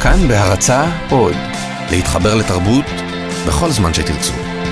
כאן בהרצאה עוד, להתחבר לתרבות בכל זמן שתרצו.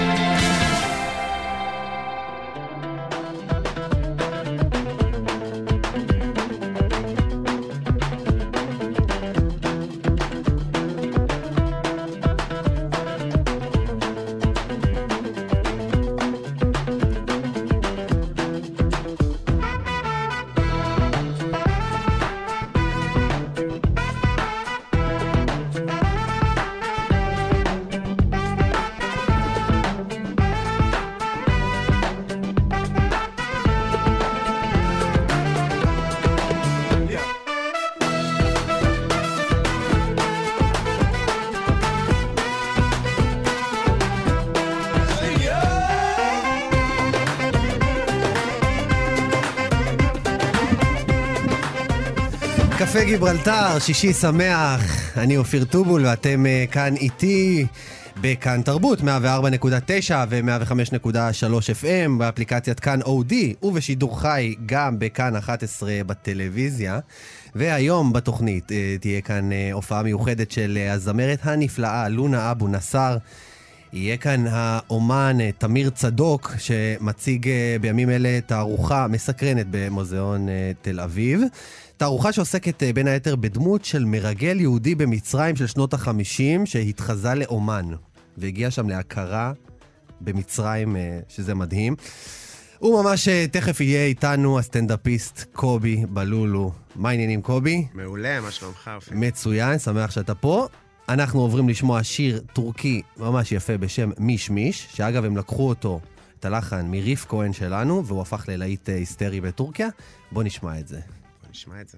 קפה גיברלטר, שישי שמח, אני אופיר טובול ואתם כאן איתי בכאן תרבות 104.9 ו-105.3 FM באפליקציית כאן אודי ובשידור חי גם בכאן 11 בטלוויזיה. והיום בתוכנית תהיה כאן הופעה מיוחדת של הזמרת הנפלאה לונה אבו נסר. יהיה כאן האומן תמיר צדוק שמציג בימים אלה תערוכה מסקרנת במוזיאון תל אביב. תערוכה שעוסקת בין היתר בדמות של מרגל יהודי במצרים של שנות ה-50 שהתחזה לאומן והגיע שם להכרה במצרים, שזה מדהים. הוא ממש תכף יהיה איתנו הסטנדאפיסט קובי בלולו. מה העניינים קובי? מעולה, מה שלומך? מצוין, שמח שאתה פה. אנחנו עוברים לשמוע שיר טורקי ממש יפה בשם מיש מיש, שאגב הם לקחו אותו, את הלחן, מריף כהן שלנו, והוא הפך ללהיט היסטרי בטורקיה. בוא נשמע את זה. נשמע את זה.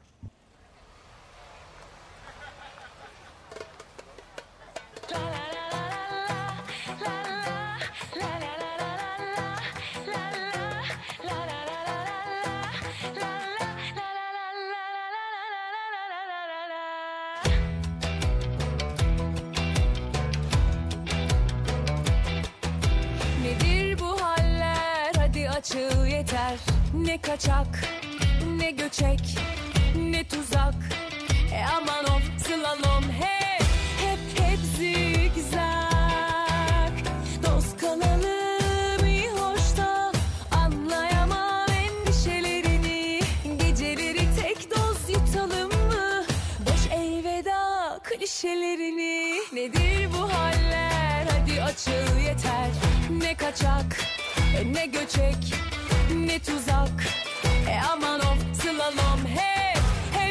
Nedir bu haller? Hadi açıl yeter. Ne kaçak, ne göçek, ne tuzak. Aman of slalom hep zigzag. Dost kalalım iyi hoş da anlayamam endişelerini. Geceleri tek doz yutalım mı? Boş elveda klişelerini. Nedir bu haller? Hadi açıl yeter. Ne kaçak, ne göçek, ne tuzak. Aman of slalom hep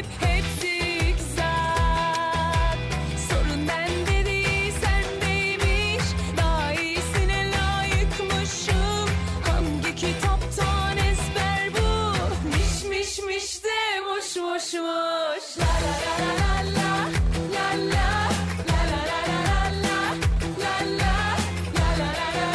zigzag. Sorun bende değil sendeymiş. Daha iyisine layıkmışım. Hangi kitaptan ezber bu? Miş miş miş de boş boşmuş. La la la la la la la la la la la la la la la la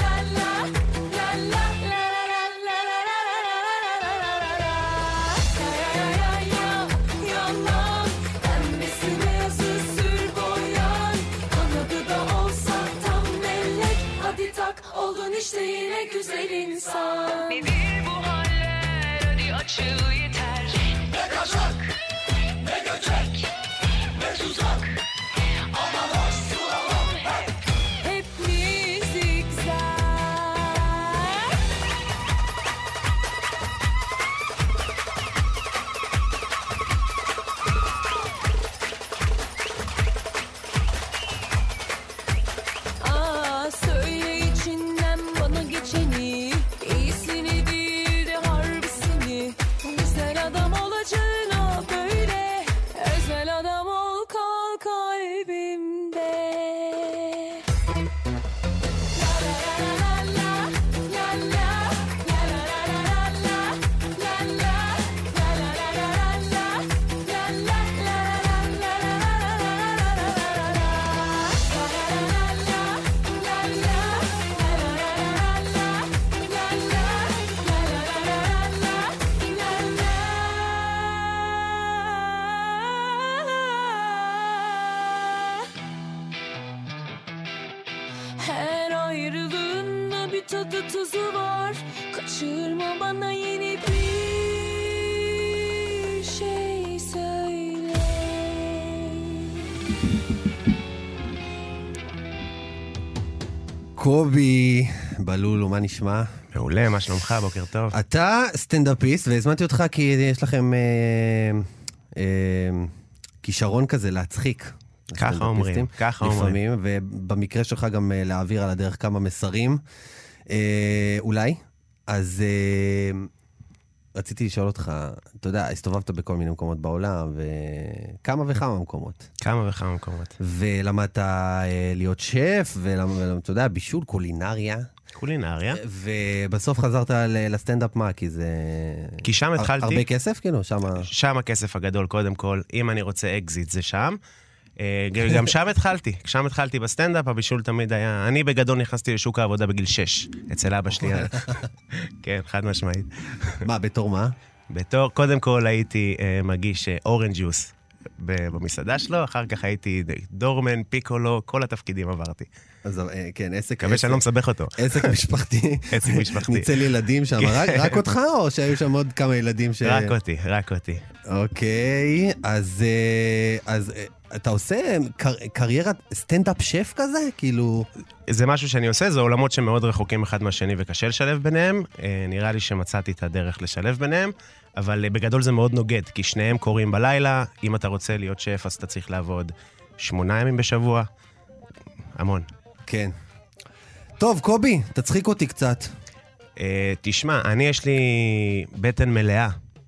oldun işte yine güzel insan. Nedir bu haller? Hadi açıl yeter. Ne kaçak, ne göçek, ne tuzak. Aman hoş slalom hep mi zigzag. Söyle içinden bana geçeni, iyisini değil de harbisini. Güzel adam olacağına böyle, özel adam ol kal kalbimde. La la la la la la la la la la la her ayrılığında bir tadı tuzu var. Kaçırma bana yeni bir şey söyle. קובי בלולו, מה נשמע? מעולה, מה שלומך? בוקר טוב. אתה סטנדאפיסט, והזמנתי אותך כי יש לכם כישרון כזה להצחיק. ככה אומרים, ככה אומרים. לפעמים, ובמקרה שלך גם להעביר על הדרך כמה מסרים. אולי? אז רציתי לשאול אותך, אתה יודע, הסתובבת בכל מיני מקומות בעולם, וכמה וכמה מקומות. כמה וכמה מקומות. ולמדת להיות שף, ואתה יודע, בישול, קולינריה. קולינריה. ובסוף חזרת לסטנדאפ מה? כי זה... כי שם התחלתי... הרבה כסף, כאילו? שם הכסף הגדול, קודם כל. אם אני רוצה אקזיט, זה שם. גם שם התחלתי. שם התחלתי בסטנדאפ, הבישול תמיד היה... אני בגדול נכנסתי לשוק העבודה בגיל 6, אצל אבא שלי. כן, חד משמעית. מה, בתור מה? בתור, קודם כל הייתי מגיש אורנג' ג'וס במסעדה שלו, אחר כך הייתי דורמן, פיקולו, כל התפקידים עברתי. אז כן, עסק... מקווה שאני לא מסבך אותו. עסק משפחתי. עסק משפחתי. ניצל ילדים שם. רק אותך או שהיו שם עוד כמה ילדים ש... רק אותי. אוקיי, אז אתה עושה קריירת סטנדאפ שף כזה? כאילו... זה משהו שאני עושה, זה עולמות שמאוד רחוקים אחד מהשני וקשה לשלב ביניהם. נראה לי שמצאתי את הדרך לשלב ביניהם, אבל בגדול זה מאוד נוגד, כי שניהם קוראים בלילה. אם אתה רוצה להיות שף, אז אתה צריך לעבוד 8 ימים בשבוע. המון. כן. טוב, קובי, תצחיק אותי קצת. תשמע, יש לי בטן מלאה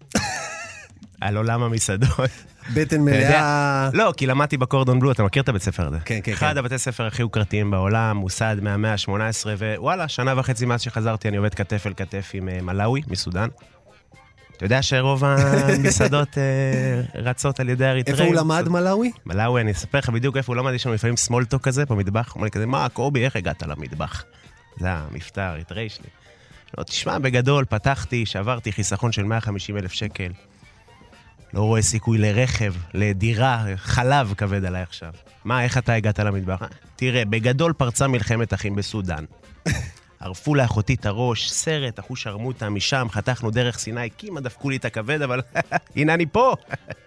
על עולם המסעדות. בטן מלאה... לא, כי למדתי בקורדון בלו, אתה מכיר את הבית ספר הזה? כן, כן. אחד הבתי ספר הכי הוקרתיים בעולם, מוסד מהמאה ה-18, ווואלה, 1.5 שנה מאז שחזרתי, אני עובד כתף אל כתף עם מלאווי, מסודן. אתה יודע שרוב המסעדות רצות על ידי אריתריאים. איפה הוא למד מלאווי? מלאווי, אני אספר לך בדיוק איפה הוא למד, יש לנו לפעמים סמולטוק כזה במטבח, אומר לי כזה, מה, קובי, איך הגעת למטבח? זה המבטא האריתראי שלי. לא, תשמע, בגדול, פתחתי, שעברתי חיסכון של 150,000 שקל. לא רואה סיכוי לרכב, לדירה, חלב כבד עליי עכשיו. מה, איך אתה הגעת למטבח? תראה, בגדול פרצה מלחמת אחים בסודן. ערפו לאחותי את הראש, סרט, אחו שרמוטה משם, חתכנו דרך סיני, כמעט דפקו לי את הכבד, אבל הנה אני פה.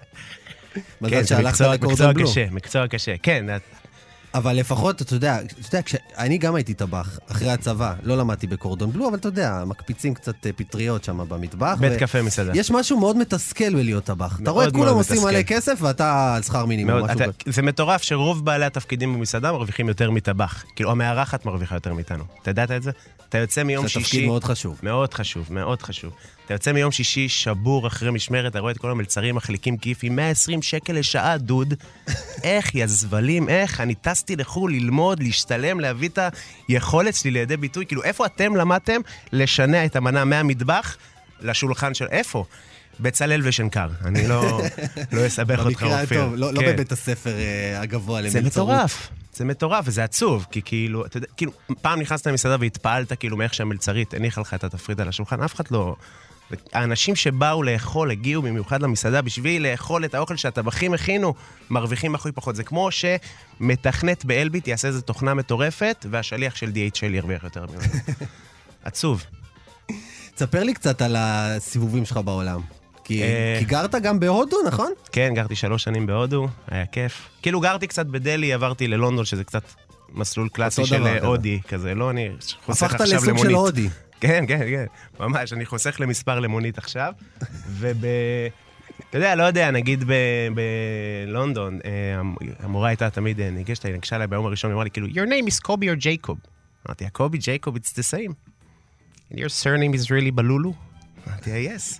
מזל שהלכת לקורדון בלו. מקצוע קשה, כן. אבל לפחות, אתה יודע, אני גם הייתי טבח אחרי הצבא, לא למדתי בקורדון בלו, אבל אתה יודע, מקפיצים קצת פטריות שם במטבח. בית קפה מסעדה. יש משהו מאוד מתסכל בלהיות טבח. אתה רואה את כולם עושים מלא כסף, ואתה על שכר מינימום. זה מטורף שרוב בעלי התפקידים במסעדה מרוויחים יותר מטבח. כאילו, המארחת מרוויחה יותר מאיתנו. אתה יודעת את זה? אתה יוצא מיום שישי... זה תפקיד מאוד חשוב. מאוד חשוב, מאוד חשוב. אתה יוצא מיום שישי שבור אחרי משמרת, אתה רואה את כל המלצרים מחליקים כיפים, 120 שקל לשעה, דוד. איך יזבלים, איך? אני טסתי לחול ללמוד, להשתלם, להביא את היכולת שלי לידי ביטוי. כאילו, איפה אתם למדתם לשנע את המנה מהמטבח לשולחן של... איפה? בצלל ושנקר. אני לא אסבך אותך, אופיר. במקרה הטוב, לא בבית הספר הגבוה למלצרות. זה מטורף. זה מטורף, וזה עצוב, כי כאילו, אתה יודע, כאילו, פעם נכנסת למסעדה והתפעלת כאילו מאיך שהמלצרית הניחה לך את התפריט על השולחן, אף אחד לא... האנשים שבאו לאכול, הגיעו במיוחד למסעדה בשביל לאכול את האוכל שהטבחים הכינו, מרוויחים אחוי פחות. זה כמו שמתכנת באלביט יעשה איזו תוכנה מטורפת, והשליח של DHL ירוויח יותר ממנו. עצוב. תספר לי קצת על הסיבובים שלך בעולם. כי גרת גם בהודו, נכון? כן, גרתי 3 שנים בהודו, היה כיף. כאילו גרתי קצת בדלי, עברתי ללונדון, שזה קצת מסלול קלאסי של הודי, כזה, לא, אני חוסך עכשיו למונית. הפכת לסוג של הודי. כן, כן, כן, ממש, אני חוסך למספר למונית עכשיו, אתה יודע, לא יודע, נגיד בלונדון, המורה הייתה תמיד ניגשה אליי ביום הראשון, אמרה לי, כאילו, your name is Kobe or Jacob. אמרתי, Kobe, Jacob, it's the same. And your surname is really Balulu? אמרתי, yes.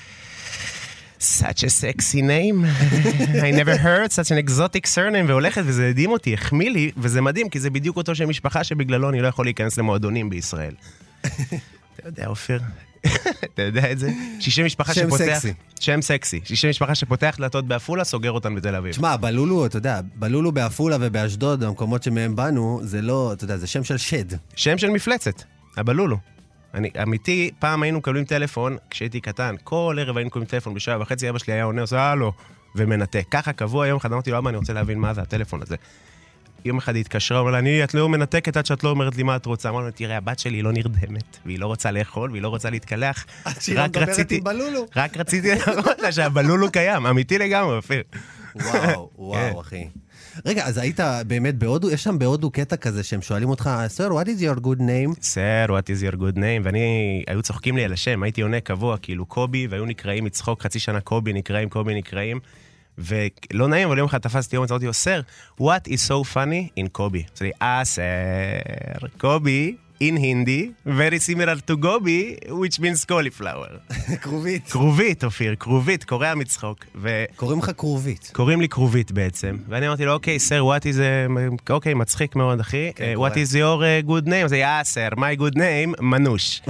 Such a sexy name. I never heard such an exotic surname. והולכת, וזה הדהים אותי, החמיא לי, וזה מדהים, כי זה בדיוק אותו שם משפחה שבגללו אני לא יכול להיכנס למועדונים בישראל. אתה יודע, אופיר? אתה יודע את זה? שם משפחה שפותח... שם סקסי. שם משפחה שפותח דלתות באפולה, סוגר אותן בתל אביב. תשמע, בלולו, אתה יודע, בלולו באפולה ובאשדוד, המקומות שמהם באנו, זה לא, אתה יודע, זה שם של שד. שם של מפלצת, הבלולו. אמיתי, פעם היינו מקבלים טלפון, כשהייתי קטן, כל ערב היינו מקבלים טלפון בשעה וחצי, אבא שלי היה עונה, עושה הלו, ומנתק. ככה קבוע, יום אחד אמרתי לו, אבא, אני רוצה להבין מה זה הטלפון הזה. יום אחד היא התקשרה, אמרה לה, את לא מנתקת עד שאת לא אומרת לי מה את רוצה. אמרנו, תראה, הבת שלי היא לא נרדמת, והיא לא רוצה לאכול, והיא לא רוצה להתקלח. שהיא לא מדברת עם בלולו. רק רציתי להראות לה שהבלולו קיים, אמיתי לגמרי, אופיר. וואו, אחי. רגע, אז היית באמת בהודו, יש שם בהודו קטע כזה שהם שואלים אותך, Sir, what is your good name? Sir, what is your good name? ואני, היו צוחקים לי על השם, הייתי עונה קבוע, כאילו קובי, והיו נקראים מצחוק, חצי שנה קובי נקראים, ולא נעים, אבל יום אחד תפסתי יום, אמרתי לו, Sir, what is so funny in קובי? אמרתי לי, Sir, קובי, in Hindi, very similar to gobi, which means cauliflower. קרובית. קרובית, אופיר, קרובית, קורא מצחוק. קוראים לך קרובית. קוראים לי קרובית בעצם. ואני אמרתי לו, אוקיי, sir, what is... אוקיי, מצחיק מאוד, אחי. What is your good name? אז היה, sir, my good name, מנוש.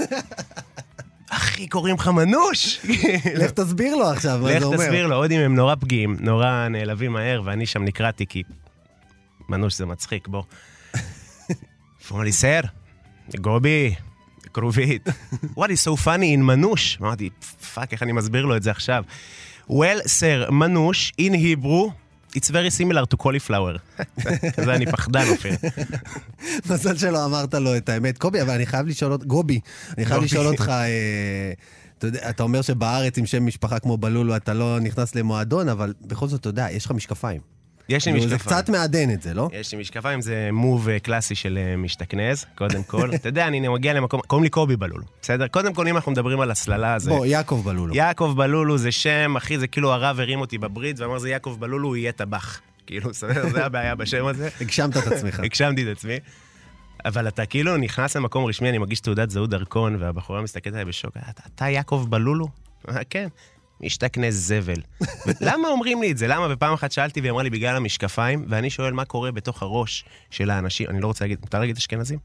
אחי, קוראים לך מנוש? לך תסביר לו עכשיו, מה זה אומר. לך תסביר לו, עוד אם הם נורא פגיעים, נורא נעלבים מהר, ואני שם נקראתי כי מנוש זה מצחיק, בוא. אמר לי, סר, גובי, קרובית. What is so funny in מנוש? אמרתי, פאק, איך אני מסביר לו את זה עכשיו? Well, sir, מנוש, in Hebrew, it's very similar to cauliflower. כזה אני פחדן, אופיר. מזל שלא אמרת לו את האמת. קובי, אבל אני חייב לשאול אותך, גובי, אני חייב לשאול אותך, אתה אומר שבארץ עם שם משפחה כמו בלולו, אתה לא נכנס למועדון, אבל בכל זאת, אתה יודע, יש לך משקפיים. יש לי משקפיים. זה קצת מעדן את זה, לא? יש לי משקפיים, זה מוב קלאסי של משתכנז, קודם כל. אתה יודע, אני מגיע למקום, קוראים לי קובי בלולו, בסדר? קודם כל, אם אנחנו מדברים על הסללה הזה... בוא, יעקב בלולו. יעקב בלולו זה שם, אחי, זה כאילו הרב הרים אותי בברית, ואמר, זה יעקב בלולו, הוא יהיה טבח. כאילו, זה הבעיה בשם הזה. הגשמת את עצמך. הגשמתי את עצמי. אבל אתה כאילו נכנס למקום רשמי, אני מגיש תעודת זהות דרכון, והבחורה מסתכלת עליי בשוק, אתה יעקב בלולו? כן. משתכנז זבל. למה אומרים לי את זה? למה? בפעם אחת שאלתי והיא אמרה לי בגלל המשקפיים, ואני שואל מה קורה בתוך הראש של האנשים. אני לא רוצה להגיד, מותר להגיד אשכנזים?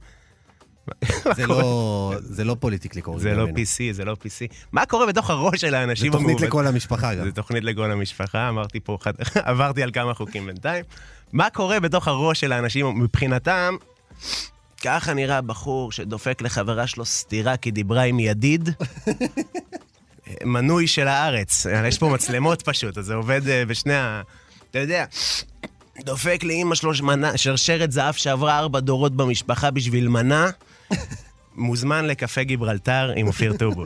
זה לא פוליטיקלי קוראים. זה לא PC, זה לא PC. מה קורה בתוך הראש של האנשים? זה תוכנית לכל המשפחה גם. זה תוכנית לכל המשפחה, אמרתי פה, עברתי על כמה חוקים בינתיים. מה קורה בתוך הראש של האנשים? מבחינתם, ככה נראה בחור שדופק לחברה שלו סתירה כי דיברה עם ידיד. מנוי של הארץ. יש פה מצלמות פשוט, אז זה עובד בשני אתה יודע, דופק לאמא שלו שרשרת זהב שעברה 4 דורות במשפחה בשביל מנה, מוזמן לקפה גיברלטר עם אופיר טובול.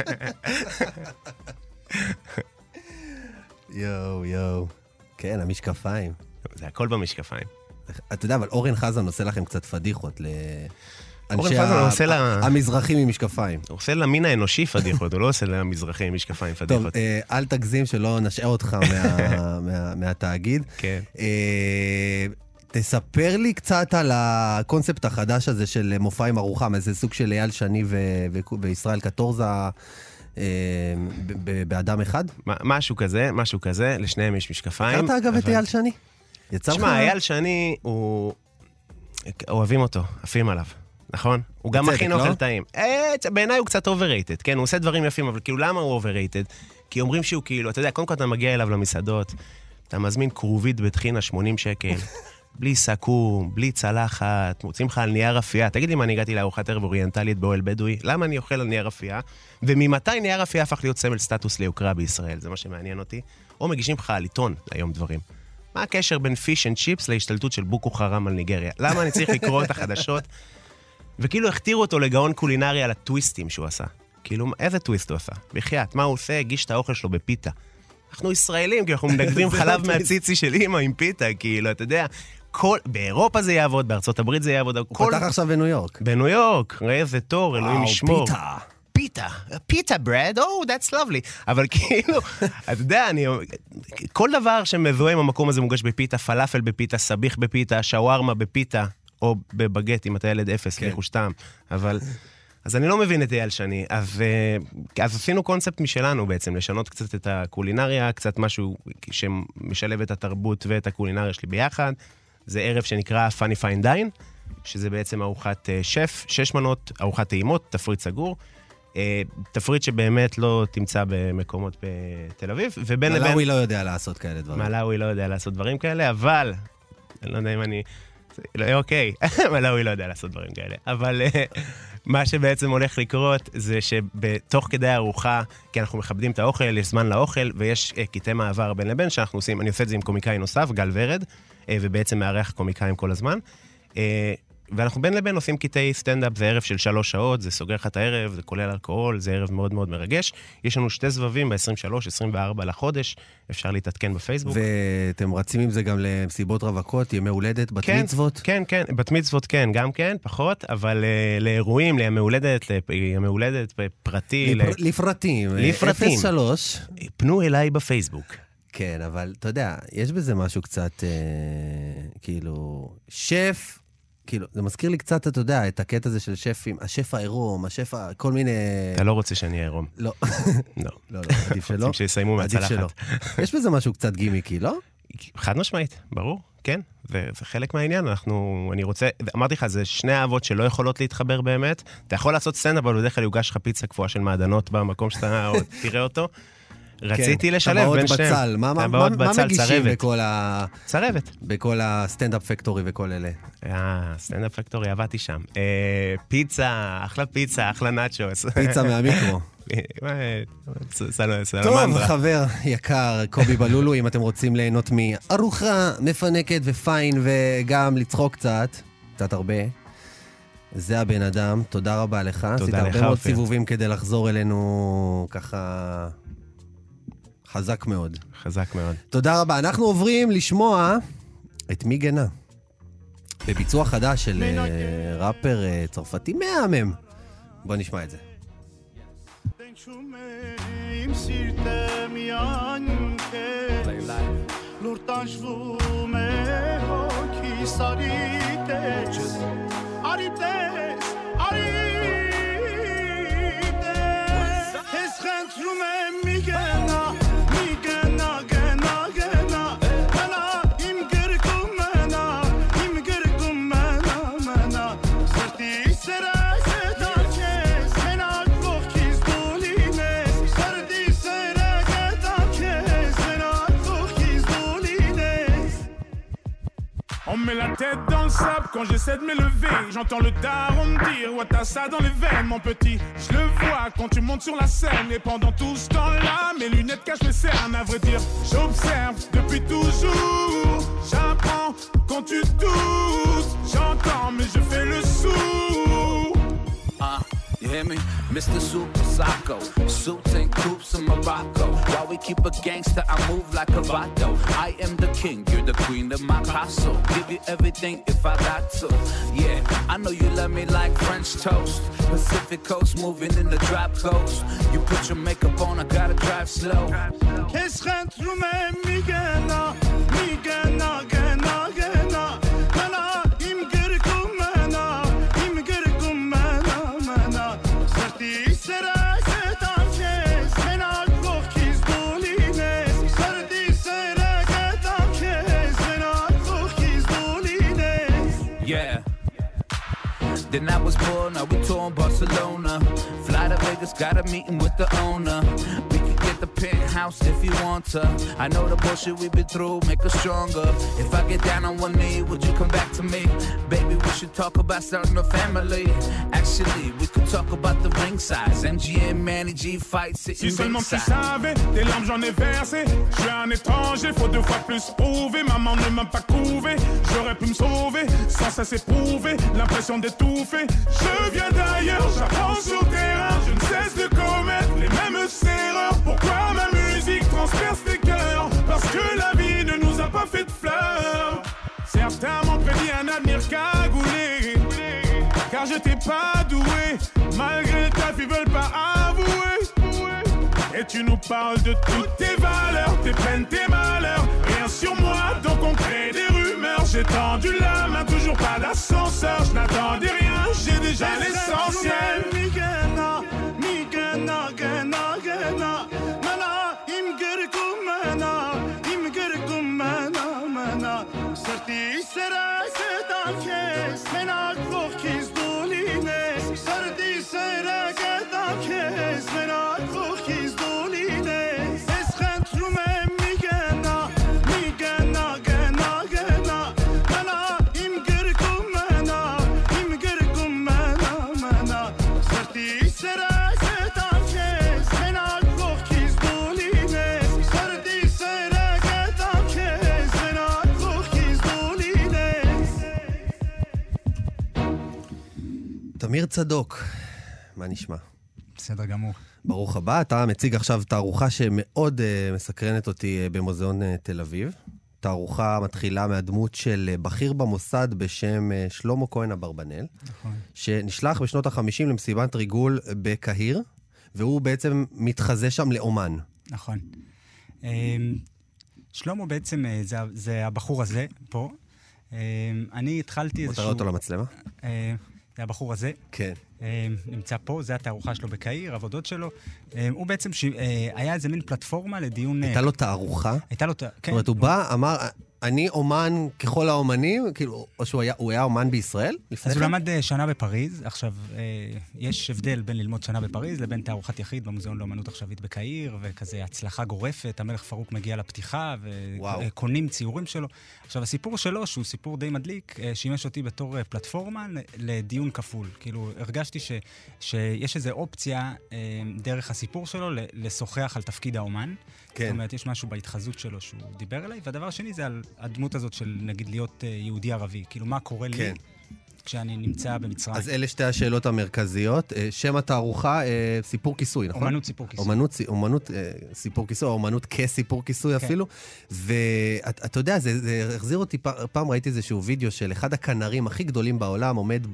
יואו. כן, המשקפיים. זה הכל במשקפיים. אתה יודע, אבל אורן חזן עושה לכם קצת פדיחות אורן חזן עושה המזרחים עם משקפיים. הוא עושה למין האנושי פדיחות, הוא לא עושה למזרחים עם משקפיים פדיחות. טוב, אל תגזים שלא נשאר אותך מהתאגיד. כן. תספר לי קצת על הקונספט החדש הזה של מופע עם ארוחה, איזה סוג של אייל שני וישראל קטורזה באדם אחד? משהו כזה, לשניהם יש משקפיים. הכרת אגב את אייל שני? תשמע, אייל שני, אוהבים אותו, עפים עליו. נכון? הוא גם מכין אוכל טעים. בעיניי הוא קצת overrated, כן? הוא עושה דברים יפים, אבל כאילו למה הוא overrated? כי אומרים שהוא כאילו, אתה יודע, קודם כל אתה מגיע אליו למסעדות, אתה מזמין קרובית בטחינה 80 שקל, בלי סכו"ם, בלי צלחת, מוצאים לך על נייר אפייה. תגיד לי מה, אני הגעתי לארוחת ערב אוריינטלית באוהל בדואי, למה אני אוכל על נייר אפייה? וממתי נייר אפייה הפך להיות סמל סטטוס ליוקרה בישראל? זה מה שמעניין אותי. או מגישים לך על עיתון היום דברים. מה הקשר בין פיש אנד צ'יפס להשתלטות של בוקו חרם על ניגריה? למה אני צריך לקרוא את החדשות? וכאילו הכתירו אותו לגאון קולינרי על הטוויסטים שהוא עשה. כאילו, איזה טוויסט הוא עשה? בחייאת, מה הוא עושה? הגיש את האוכל שלו בפיתה. אנחנו ישראלים, כי אנחנו מנגבים חלב מהציצי של אמא עם פיתה, כאילו, אתה יודע, באירופה זה יעבוד, בארצות הברית זה יעבוד. הוא פתח עכשיו בניו יורק. בניו יורק, ראה איזה תור, אלוהים ישמור. פיתה ברד, that's lovely. אבל כאילו, אתה יודע, כל דבר שמזוהה עם המקום הזה מוגש בפיתה, פלאפל בפיתה, סביח בפיתה, שווארמה בפיתה, או בבגט, אם אתה ילד אפס, ליחוש טעם. אבל, אז אני לא מבין את אייל שני. אז עשינו קונספט משלנו בעצם, לשנות קצת את הקולינריה, קצת משהו שמשלב את התרבות ואת הקולינריה שלי ביחד. זה ערב שנקרא Funny Fine Dine, שזה בעצם ארוחת שף, 6 מנות, ארוחת טעימות, תפריט סגור. תפריט שבאמת לא תמצא במקומות בתל אביב. מלאווי לא יודע לעשות כאלה דברים. מלאווי לא יודע לעשות דברים כאלה, אבל, אני לא יודע אם אני... אוקיי, מלאווי לא יודע לעשות דברים כאלה. אבל מה שבעצם הולך לקרות זה שבתוך כדי הארוחה, כי אנחנו מכבדים את האוכל, יש זמן לאוכל, ויש קטעי מעבר בין לבין שאנחנו עושים, אני עושה את זה עם קומיקאי נוסף, גל ורד, ובעצם מארח קומיקאים כל הזמן. ואנחנו בין לבין עושים קטעי סטנדאפ, זה ערב של 3 שעות, זה סוגר לך את הערב, זה כולל אלכוהול, זה ערב מאוד מאוד מרגש. יש לנו 2 סבבים ב-23-24 לחודש, אפשר להתעדכן בפייסבוק. ואתם רצים עם זה גם למסיבות רווקות, ימי הולדת, בת מצוות? כן, בת מצוות כן, גם כן, פחות, אבל לאירועים, לימי הולדת פרטי. לפרטים. 03. פנו אליי בפייסבוק. כן, אבל אתה יודע, יש בזה משהו קצת, כאילו, שף, כאילו, זה מזכיר לי קצת, אתה יודע, את הקטע הזה של שפים, השף העירום, השף, כל מיני... אתה לא רוצה שאני אעירום. לא. לא, עדיף שלא. רוצים שיסיימו מהצלחת. יש בזה משהו קצת גימיקי, לא? חד משמעית, ברור, כן. זה חלק מהעניין, אני רוצה, אמרתי לך, זה 2 אהבות שלא יכולות להתחבר באמת. אתה יכול לעשות סצנה, אבל בדרך כלל יוגש לך פיצה קפואה של מעדנות במקום שאתה תראה אותו. רציתי לשלב בין שניהם. מה מגישים צרבת. בכל הסטנדאפ פקטורי וכל אלה? סטנדאפ פקטורי, עבדתי שם. פיצה, אחלה נאצ'וס. פיצה מהמיקרו. טוב, חבר יקר, קובי בלולו, אם אתם רוצים ליהנות מארוחה מפנקת ופיין וגם לצחוק קצת הרבה, זה הבן אדם. תודה רבה לך. עשית הרבה מאוד סיבובים כדי לחזור אלינו ככה... חזק מאוד. חזק מאוד. תודה רבה. אנחנו עוברים לשמוע את מי גנה. בביצוע חדש של ראפר צרפתי מהמם. בוא נשמע את זה. On me met la tête dans le sable quand j'essaie de m'élever. J'entends le daron me dire « Ouais, t'as ça dans les veines, mon petit ». Je le vois quand tu montes sur la scène. Et pendant tout ce temps-là, mes lunettes cachent mes cernes. À vrai dire, j'observe depuis toujours. J'apprends quand tu doutes. J'entends mais je fais le sourd. You hear me? Mr. Super Psycho, suits and coops in Morocco. While we keep a gangster, I move like a vato. I am the king, you're the queen of my castle. Give you everything if I got to. Yeah, I know you love me like French toast. Pacific coast, moving in the drop coast. You put your makeup on, I gotta drive slow. Then I was born, now we touring Barcelona. Fly to Vegas, got a meeting with the owner. We could get the penthouse if you want to. I know the bullshit we've been through, make us stronger. If I get down on one knee, would you come back to me? Baby, we should talk about starting a family. Actually, we could talk about the ring size. MGM, Manny G fight, sitting si seulement tu savais, des larmes j'en ai versé. Je suis un étranger, faut 2 fois plus prouver. Maman ne m'a pas couvé, j'aurais pu me sauver. Sans ça c'est prouvé, l'impression d'étouffer. Je viens d'ailleurs, j'apprends sur le terrain. Je ne cesse de commettre les mêmes erreurs. Pourquoi ma musique transperce les cœurs? Parce que la vie ne nous a pas fait de fleurs. Certains m'ont prédit un avenir cagoulé, car je t'ai pas doué. Malgré le taf, ils veulent pas avouer. Et tu nous parles de toutes tes valeurs, tes peines, tes malheurs. Rien sur moi, donc on crée des rumeurs. J'ai tendu la main, toujours pas d'ascenseur. Je n'attendais rien, j'ai déjà l'essentiel. Será אמיר צדוק, מה נשמע? בסדר גמור. ברוך הבא, אתה מציג עכשיו תערוכה שמאוד מסקרנת אותי במוזיאון תל אביב. תערוכה מתחילה מהדמות של בכיר במוסד בשם שלמה כהן אברבנאל, נכון. שנשלח בשנות ה-50 למסיבת ריגול בקהיר, והוא בעצם מתחזה שם לאומן. נכון. שלמה בעצם זה הבחור הזה פה. אני התחלתי איזשהו... מותר אותו למצלמה? זה הבחור הזה. כן. נמצא פה, זה התערוכה שלו בקהיר, עבודות שלו. הוא בעצם, היה איזה מין פלטפורמה לדיון... הייתה לו תערוכה? הייתה לו, כן. זאת אומרת, הוא בא, אמר, אני אומן ככל האומנים, כאילו, או שהוא היה אומן בישראל? אז הוא למד שנה בפריז. עכשיו, יש הבדל בין ללמוד שנה בפריז לבין תערוכת יחיד במוזיאון לאומנות עכשווית בקהיר, וכזה הצלחה גורפת, המלך פרוק מגיע לפתיחה, וקונים ציורים שלו. עכשיו, הסיפור שלו, שהוא סיפור די מדליק, שימש אותי בתור פלטפורמה לדיון כפול. כאילו, הרגשתי שיש איזו אופציה דרך הסיפור שלו לשוחח על תפקיד האומן. כן. זאת אומרת, יש משהו בהתחזות שלו שהוא דיבר אליי, והדבר השני זה על הדמות הזאת של, נגיד, להיות יהודי ערבי. כאילו, מה קורה לי כשאני נמצא במצרים. אז אלה שתי השאלות המרכזיות. שם התערוכה, סיפור כיסוי, נכון? אומנות סיפור כיסוי. אומנות סיפור כיסוי, או אומנות כסיפור כיסוי אפילו. ואתה יודע, זה החזיר אותי, פעם ראיתי איזשהו וידאו של אחד הכנרים הכי גדולים בעולם, עומד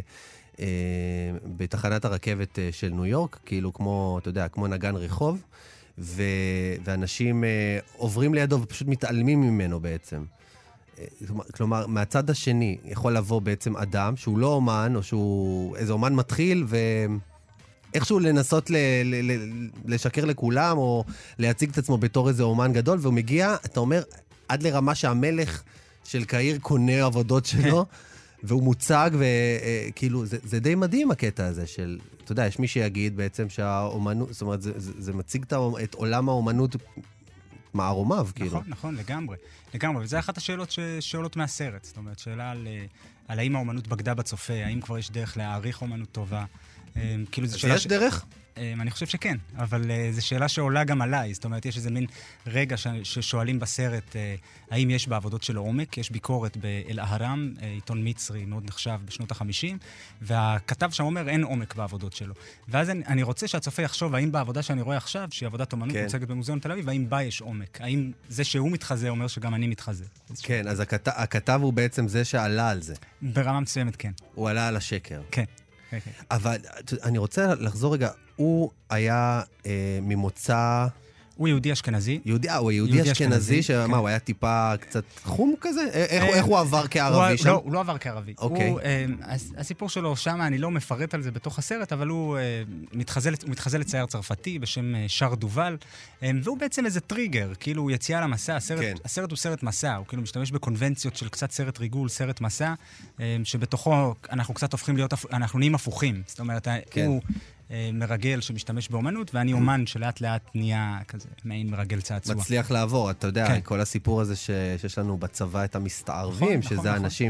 בתחנת הרכבת של ניו יורק, כאילו כמו, אתה יודע, כמו נגן רחוב, ואנשים עוברים לידו ופשוט מתעלמים ממנו בעצם. כלומר, מהצד השני יכול לבוא בעצם אדם שהוא לא אומן, או שהוא איזה אומן מתחיל, ואיכשהו לנסות לשקר לכולם, או להציג את עצמו בתור איזה אומן גדול, והוא מגיע, אתה אומר, עד לרמה שהמלך של קהיר קונה עבודות שלו, והוא מוצג, וכאילו, זה די מדהים הקטע הזה של, אתה יודע, יש מי שיגיד בעצם שהאומנות, זאת אומרת, זה מציג את עולם האומנות מערומיו, כאילו. נכון, לגמרי. וזה אחת השאלות ששאלות מהסרט. זאת אומרת, שאלה על האם האומנות בגדה בצופה, האם כבר יש דרך להעריך אומנות טובה. אז יש דרך? אני חושב שכן, אבל זו שאלה שעולה גם עליי. זאת אומרת, יש איזה מין רגע ששואלים בסרט, האם יש בעבודות שלו עומק? יש ביקורת באל-אהרם, עיתון מצרי מאוד נחשב בשנות ה-50, והכתב שם אומר, אין עומק בעבודות שלו. ואז אני רוצה שהצופה יחשוב, האם בעבודה שאני רואה עכשיו, שהיא עבודת אומנות מוצגת במוזיאון תל אביב, האם בה יש עומק? האם זה שהוא מתחזה אומר שגם אני מתחזה? כן, אז הכתב הוא בעצם זה שעלה על זה. ברמה מסוימת, כן. הוא עלה על השקר. כן. אבל אני רוצה לחזור רגע, הוא היה ממוצא... הוא יהודי אשכנזי. הוא יהודי אשכנזי, שמה, הוא היה טיפה קצת חום כזה? איך הוא עבר כערבי שם? לא, הוא לא עבר כערבי. אוקיי. הסיפור שלו שם, אני לא מפרט על זה בתוך הסרט, אבל הוא מתחזה לצייר צרפתי בשם שר דובל, והוא בעצם איזה טריגר, כאילו יציאה למסע, הסרט הוא סרט מסע, הוא כאילו משתמש בקונבנציות של קצת סרט ריגול, סרט מסע, שבתוכו אנחנו קצת הופכים להיות, אנחנו נהיים הפוכים. זאת אומרת, הוא... מרגל שמשתמש באומנות, ואני אומן שלאט לאט נהיה כזה, מעין מרגל צעצוע. מצליח לעבור, אתה יודע, כל הסיפור הזה שיש לנו בצבא את המסתערבים, שזה אנשים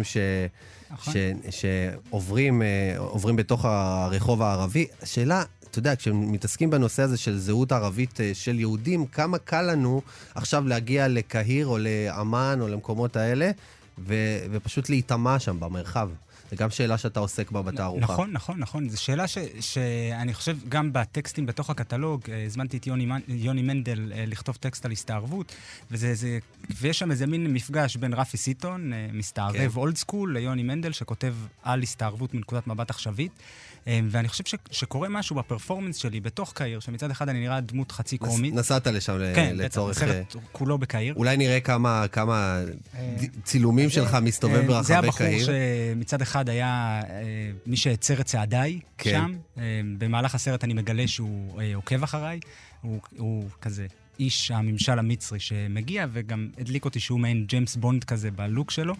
שעוברים בתוך הרחוב הערבי. השאלה, אתה יודע, כשמתעסקים בנושא הזה של זהות ערבית של יהודים, כמה קל לנו עכשיו להגיע לקהיר או לאמן או למקומות האלה, ופשוט להתאמה שם במרחב. זה גם שאלה שאתה עוסק בה בתערוכה. נכון. זו שאלה שאני חושב, גם בטקסטים בתוך הקטלוג, הזמנתי את יוני מנדל לכתוב טקסט על הסתערבות, ויש שם איזה מין מפגש בין רפי סיטון, מסתערב אולד סקול, ליוני מנדל, שכותב על הסתערבות מנקודת מבט עכשווית, ואני חושב שקורה משהו בפרפורמנס שלי בתוך קהיר, שמצד אחד אני נראה דמות חצי קרומית. נסעת לשם לצורך... כן, הסרט כולו בקהיר. אולי נראה כמה צילומים שלך מסתובב ברחבי קהיר. זה הבחור שמצד אחד היה מי שיצר את צעדיי שם. במהלך הסרט אני מגלה שהוא עוקב אחריי. הוא כזה איש הממשל המצרי שמגיע, וגם הדליק אותי שהוא מעין ג'יימס בונד כזה בלוק שלו.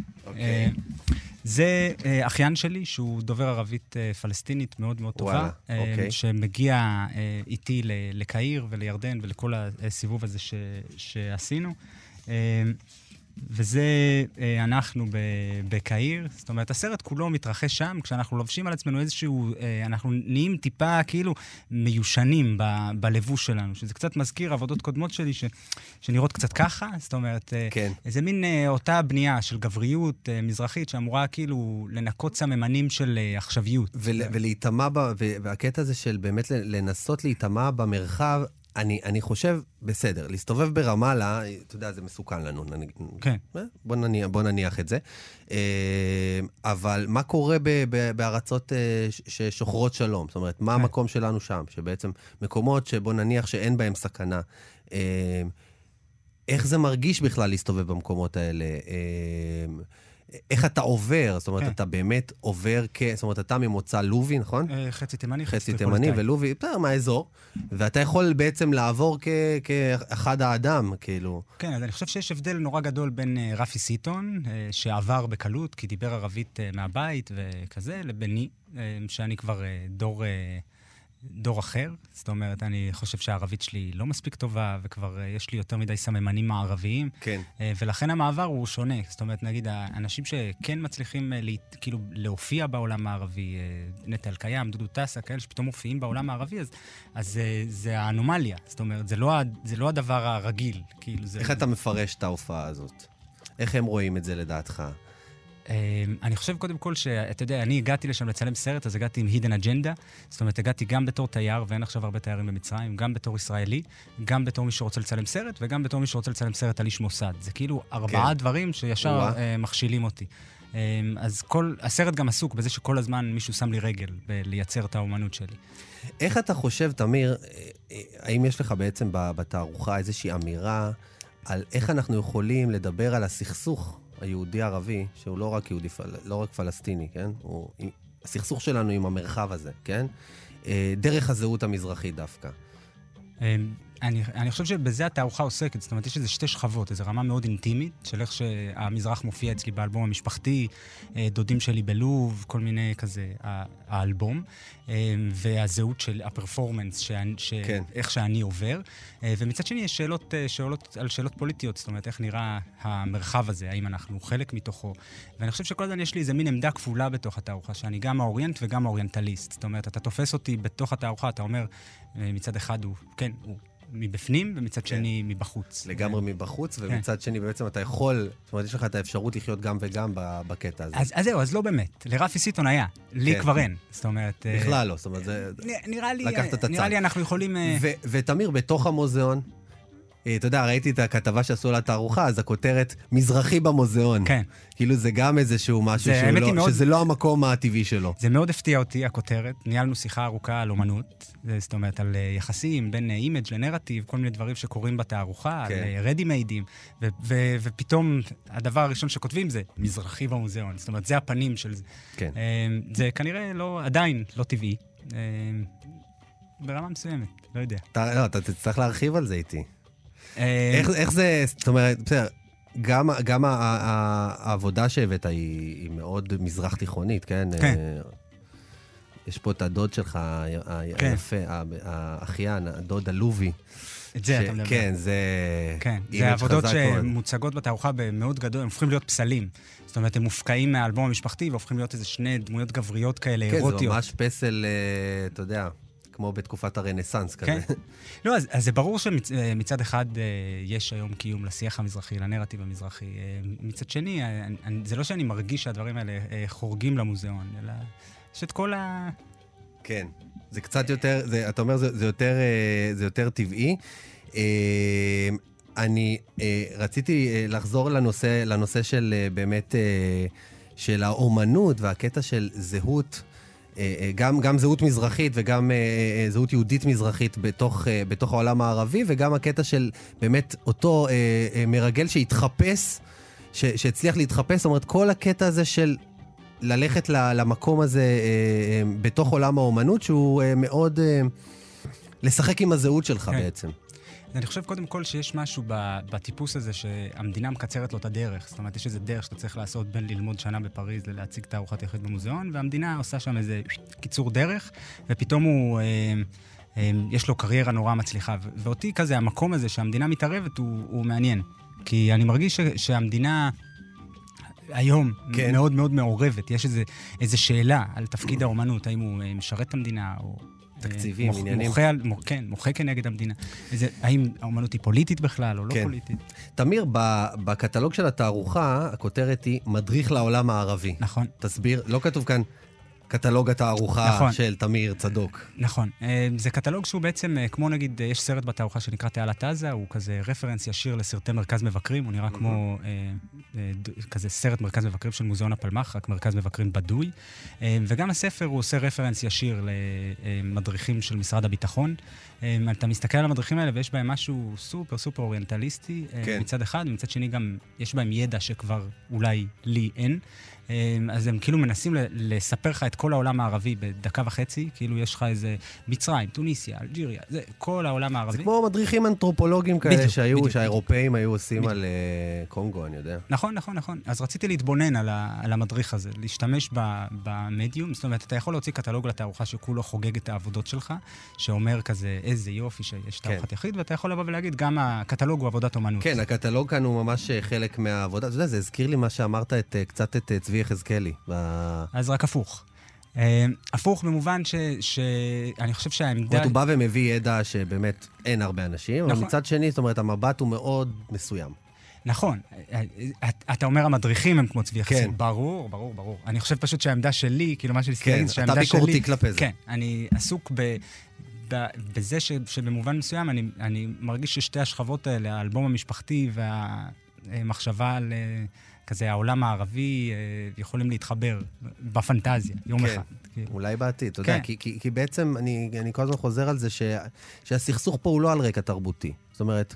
זה אחיין שלי, שהוא דובר ערבית פלסטינית מאוד מאוד טובה, שמגיע איתי לקהיר ולירדן ולכל הסיבוב הזה שעשינו. וזה אנחנו בקהיר. זאת אומרת, הסרט כולו מתרחש שם, כשאנחנו לובשים על עצמנו איזשהו, אנחנו נהיים טיפה כאילו מיושנים בלבוש שלנו, שזה קצת מזכיר עבודות קודמות שלי שנראות קצת ככה, זאת אומרת, כן. איזה מין אותה בנייה של גבריות מזרחית שאמורה כאילו לנקות סממנים של עכשוויות. ולהיטמע, והקטע הזה של באמת לנסות להיטמע במרחב, אני חושב, להסתובב ברמאללה, אתה יודע, זה מסוכן לנו. כן. בוא נניח את זה. אבל מה קורה בארצות ששוחרות שלום? זאת אומרת, מה המקום שלנו שם? שבעצם מקומות שבוא נניח שאין בהם סכנה. איך זה מרגיש בכלל להסתובב במקומות האלה? איך אתה עובר? זאת אומרת, אתה באמת עובר זאת אומרת, אתה ממוצא לובי, נכון? חצי תימני, חצי תימני ולובי, מהאזור, ואתה יכול בעצם לעבור כאחד האדם, כאילו. כן, אז אני חושב שיש הבדל נורא גדול בין רפי סיטון, שעבר בקלות, כי דיבר ערבית מהבית וכזה, לביני, שאני כבר דור אחר. זאת אומרת, אני חושב שהערבית שלי לא מספיק טובה, וכבר יש לי יותר מדי סממנים מערביים. כן. ולכן המעבר הוא שונה. זאת אומרת, נגיד, האנשים שכן מצליחים כאילו להופיע בעולם הערבי, נטע אלקיים, דודו טסה, כאלה שפתאום מופיעים בעולם הערבי, אז זה האנומליה. זאת אומרת, זה לא הדבר הרגיל. כאילו, איך אתה מפרש את ההופעה הזאת? איך הם רואים את זה לדעתך? אני חושב קודם כל שאתה יודע, אני הגעתי לשם לצלם סרט, אז הגעתי עם הידן אג'נדה, זאת אומרת, הגעתי גם בתור תייר, ואין עכשיו הרבה תיירים במצרים, גם בתור ישראלי, גם בתור מי שרוצה לצלם סרט, וגם בתור מי שרוצה לצלם סרט על איש מוסד. זה כאילו 4 דברים שישר מכשילים אותי. אז הסרט גם עסוק בזה שכל הזמן מישהו שם לי רגל לייצר את האומנות שלי. איך אתה חושב, תמיר, האם יש לך בעצם בתערוכה איזושהי אמירה על איך אנחנו יכולים לדבר על הסכסוך היהודי-ערבי, שהוא לא רק פלסטיני, כן? הסכסוך שלנו עם המרחב הזה, כן? דרך הזהות המזרחית דווקא. אני חושב שבזה התערוכה עוסקת, זאת אומרת, יש איזה 2 שכבות, איזו רמה מאוד אינטימית, של איך שהמזרח מופיע אצלי באלבום המשפחתי, דודים שלי בלוב, כל מיני כזה, האלבום, והזהות של הפרפורמנס, איך שאני עובר, ומצד שני יש שאלות שעולות על שאלות פוליטיות, זאת אומרת, איך נראה המרחב הזה, האם אנחנו חלק מתוכו, ואני חושב שכל הזמן יש לי איזה מין עמדה כפולה בתוך התערוכה, שאני גם האוריינט וגם האוריינטליסט, זאת אומרת, אתה תופס אותי בתוך התערוכה, אתה אומר, מצד אחד הוא מבפנים, ומצד שני מבחוץ. לגמרי מבחוץ, ומצד שני בעצם אתה יכול, זאת אומרת, יש לך את האפשרות לחיות גם וגם בקטע הזה. אז זהו, אז לא באמת. לרפי סיטון היה, לי כבר אין. זאת אומרת... בכלל לא, זאת אומרת, זה... נראה לי אנחנו יכולים... ותמיר, בתוך המוזיאון, אתה יודע, ראיתי את הכתבה שעשו לה תערוכה, אז הכותרת מזרחי במוזיאון. כן. כאילו זה גם איזשהו משהו שזה לא המקום הטבעי שלו. זה מאוד הפתיע אותי, הכותרת. ניהלנו שיחה ארוכה על אומנות, זאת אומרת, על יחסים בין אימג' לנרטיב, כל מיני דברים שקורים בתערוכה, על רדי-מיידים, ופתאום הדבר הראשון שכותבים זה מזרחי במוזיאון. זאת אומרת, זה הפנים של זה. כן. זה כנראה עדיין לא טבעי. ברמה מסוימת, לא יודע. אתה תצטרך להרחיב על זה איתי. איך זה, זאת אומרת, בסדר, גם העבודה שהבאת היא מאוד מזרח תיכונית, כן? יש פה את הדוד שלך, היפה, האחיין, הדוד הלובי. את זה אתה מדבר. כן, זה... כן, זה עבודות שמוצגות בתערוכה במאוד גדול, הם הופכים להיות פסלים. זאת אומרת, הם מופקעים מהאלבום המשפחתי, והופכים להיות איזה 2 דמויות גבריות כאלה, אירוטיות. כן, זה ממש פסל, אתה יודע... כמו בתקופת הרנסנס כזה. כן. לא, אז זה ברור שמצד אחד יש היום קיום לשיח המזרחי, לנרטיב המזרחי. מצד שני, זה לא שאני מרגיש שהדברים האלה חורגים למוזיאון, אלא יש את כל ה... כן, זה קצת יותר, אתה אומר, זה יותר טבעי. אני רציתי לחזור לנושא של באמת, של האומנות והקטע של זהות, גם זהות מזרחית וגם זהות יהודית מזרחית בתוך העולם הערבי, וגם הקטע של באמת אותו מרגל שהתחפש, שהצליח להתחפש, זאת אומרת, כל הקטע הזה של ללכת למקום הזה בתוך עולם האומנות, שהוא מאוד לשחק עם הזהות שלך בעצם. אני חושב קודם כל שיש משהו בטיפוס הזה שהמדינה מקצרת לו את הדרך. זאת אומרת, יש איזה דרך שאתה צריך לעשות בין ללמוד שנה בפריז ללהציג תערוכת יחיד במוזיאון, והמדינה עושה שם איזה קיצור דרך, ופתאום יש לו קריירה נורא מצליחה. ואותי כזה, המקום הזה שהמדינה מתערבת הוא מעניין. כי אני מרגיש שהמדינה היום מאוד מאוד מעורבת. יש איזו שאלה על תפקיד האומנות, האם הוא משרת את המדינה או... תקציבים, עניינים. מוחה כנגד המדינה. האם האומנות היא פוליטית בכלל או לא פוליטית? תמיר, בקטלוג של התערוכה, הכותרת היא מדריך לעולם הערבי. נכון. תסביר, לא כתוב כאן קטלוג התערוכה של תמיר צדוק. נכון. זה קטלוג שהוא בעצם, כמו נגיד, יש סרט בתערוכה שנקרא תעלת עזה, הוא כזה רפרנס ישיר לסרטי מרכז מבקרים, הוא נראה כמו כזה סרט מרכז מבקרים של מוזיאון הפלמ"ח, רק מרכז מבקרים בדוי. וגם הספר הוא עושה רפרנס ישיר למדריכים של משרד הביטחון. אתה מסתכל על המדריכים האלה ויש בהם משהו סופר סופר אוריינטליסטי מצד אחד, ומצד שני גם יש בהם ידע שכבר אולי לי אין. אז הם כאילו מנסים לספר לך את כל העולם הערבי בדקה וחצי, כאילו יש לך איזה מצרים, טוניסיה, אלג'יריה, זה כל העולם הערבי. זה כמו מדריכים אנתרופולוגיים כאלה שהאירופאים היו עושים על קונגו, אני יודע. נכון. אז רציתי להתבונן על המדריך הזה, להשתמש במדיום, זאת אומרת, אתה יכול להוציא קטלוג לתערוכה שכולו חוגג את העבודות שלך, שאומר כזה, איזה יופי שיש תערוכת יחיד, ואתה יכול לבוא ולהגיד, גם הקטלוג הוא עבודת אומנות. כן, הקטלוג כאן הוא ממש חלק מהעבודה. אתה יודע, זה הזכיר לי מה שאמרת קצת את צבי יחזקאלי. אז רק הפוך. הפוך במובן שאני חושב שהעמדה... הוא בא ומביא ידע שבאמת אין הרבה אנשים, אבל מצד שני, זאת אומרת, המבט הוא מאוד מסוים. נכון. אתה אומר המדריכים הם כמו צבי יחזקאלי. ברור. אני חושב פשוט שהעמדה שלי, כאילו מה שלי כן, אתה ביקורתי כלפי זה. כן, אני עסוק בזה שבמובן מסוים אני מרגיש ששתי השכבות האלה, האלבום המשפחתי והמחשבה על... כזה העולם הערבי יכולים להתחבר בפנטזיה, יום אחד. אולי בעתיד, אתה יודע, כי בעצם אני כל הזמן חוזר על זה שהסכסוך פה הוא לא על רקע תרבותי. זאת אומרת,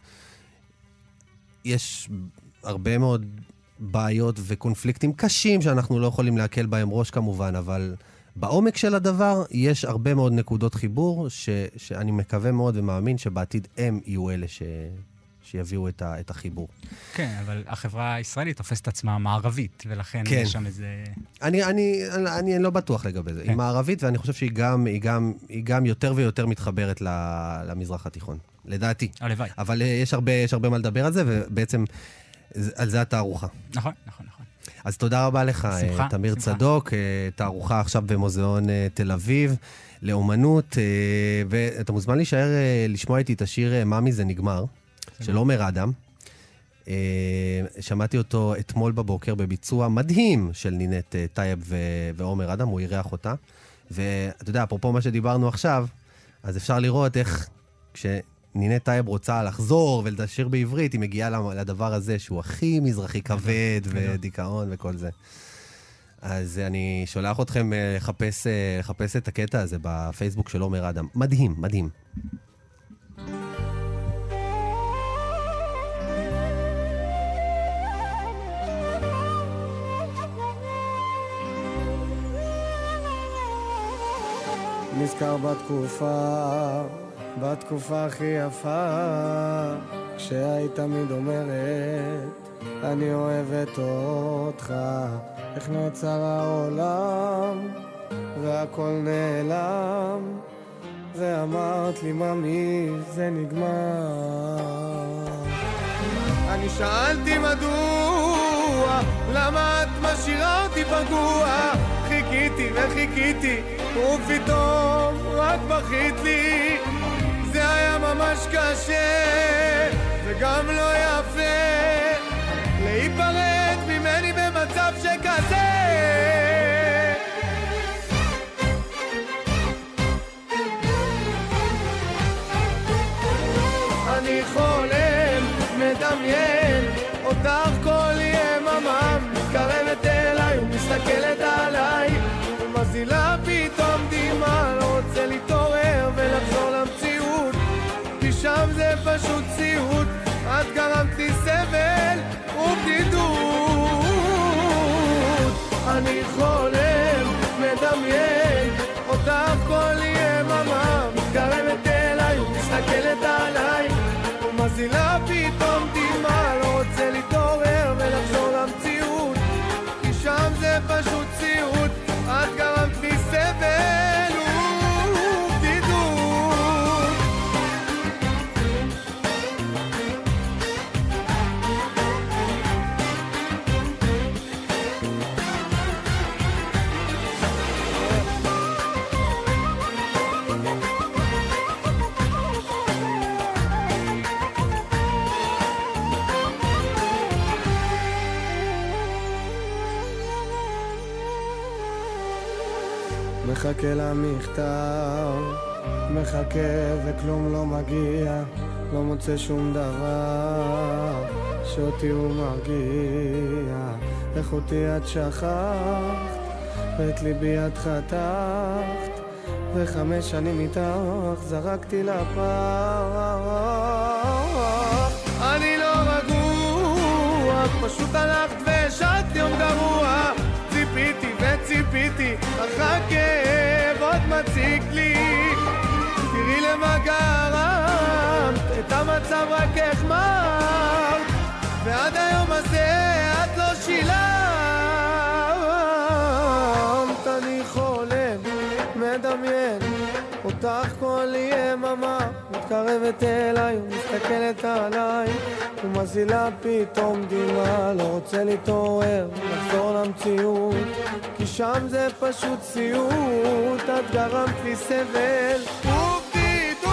יש הרבה מאוד בעיות וקונפליקטים קשים שאנחנו לא יכולים להקל בהם ראש כמובן, אבל בעומק של הדבר יש הרבה מאוד נקודות חיבור שאני מקווה מאוד ומאמין שבעתיד הם יהיו אלה שיביאו את החיבור. כן, אבל החברה הישראלית תופסת עצמה מערבית, ולכן יש שם איזה... אני לא בטוח לגבי זה. היא מערבית, ואני חושב שהיא גם יותר ויותר מתחברת למזרח התיכון. לדעתי. הלוואי. אבל יש הרבה מה לדבר על זה, ובעצם על זה התערוכה. נכון. אז תודה רבה לך, תמיר צדוק, תערוכה עכשיו במוזיאון תל אביב, לאומנות, ואתה מוזמן להישאר לשמוע איתי את השיר "מאמי זה נגמר", של עומר אדם. שמעתי אותו אתמול בבוקר בביצוע מדהים של נינת טייב ועומר אדם, הוא אירח אותה. ואתה יודע, אפרופו מה שדיברנו עכשיו, אז אפשר לראות איך כשנינת טייב רוצה לחזור ולשיר בעברית, היא מגיעה לדבר הזה שהוא הכי מזרחי כבד ודיכאון וכל זה. אז אני שולח אתכם לחפש את הקטע הזה בפייסבוק של עומר אדם. מדהים, מדהים. נזכר בתקופה הכי יפה, כשהיית תמיד אומרת, אני אוהבת אותך, איך נעצר העולם, והכל נעלם, ואמרת לי, ממי, זה נגמר. אני שאלתי מדוע, למה את משאירה אותי פגוע, חיכיתי וחיכיתי, ופתאום רק בכית לי. זה היה ממש קשה וגם לא יפה להיפרד ממני במצב שכזה. אני חולם, מדמיין אותך כל יממה, מתקרבת אליי ומסתכלת עליי ומזילה פתאום דמעה, לא רוצה להתעורר ולחזור למציאות, שם זה פשוט סיוט, את גרמת לי סבל ובדידות. מחכה למכתב, מחכה וכלום לא מגיע, לא מוצא שום דבר שאותי הוא מרגיע. איך אותי את שכחת ואת ליבי את חתכת, ו5 שנים איתך זרקתי לפח. אני לא רגוע, פשוט הלכת והשעת יום גרוע. ציפיתי וציפיתי, החכב עוד מציק לי. תראי למה גרמת, את המצב רק החמרת, ועד היום הזה את לא שילמת. אני חולם, מדמיין אותך כל יממה, מתקרבת אליי ומסתכלת עליי, ומזילה פתאום דמעה. לא רוצה להתעורר, לחזור למציאות, כי שם זה פשוט סיוט. את גרמת לי סבל ובדידות.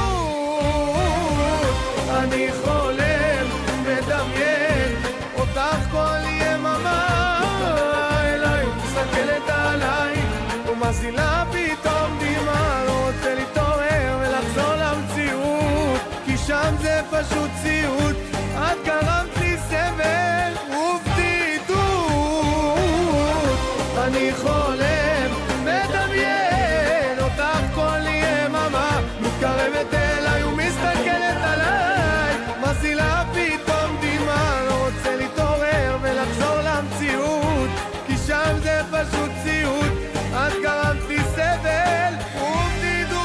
אני חולם, מדמיין אותך כל יממה, אליי מסתכלת עליי ומזילה פתאום דמעה. לא רוצה להתעורר ולחזור למציאות, כי שם זה פשוט סיוט. את גרמת לי סבל ובדידות. אני חולם, מדמיין אותך כל יממה, מתקרבת אליי ומסתכלת עליי, מזילה פתאום דמעה. לא רוצה להתעורר ולחזור למציאות, כי שם זה פשוט סיוט. את גרמת לי סבל ובדידות.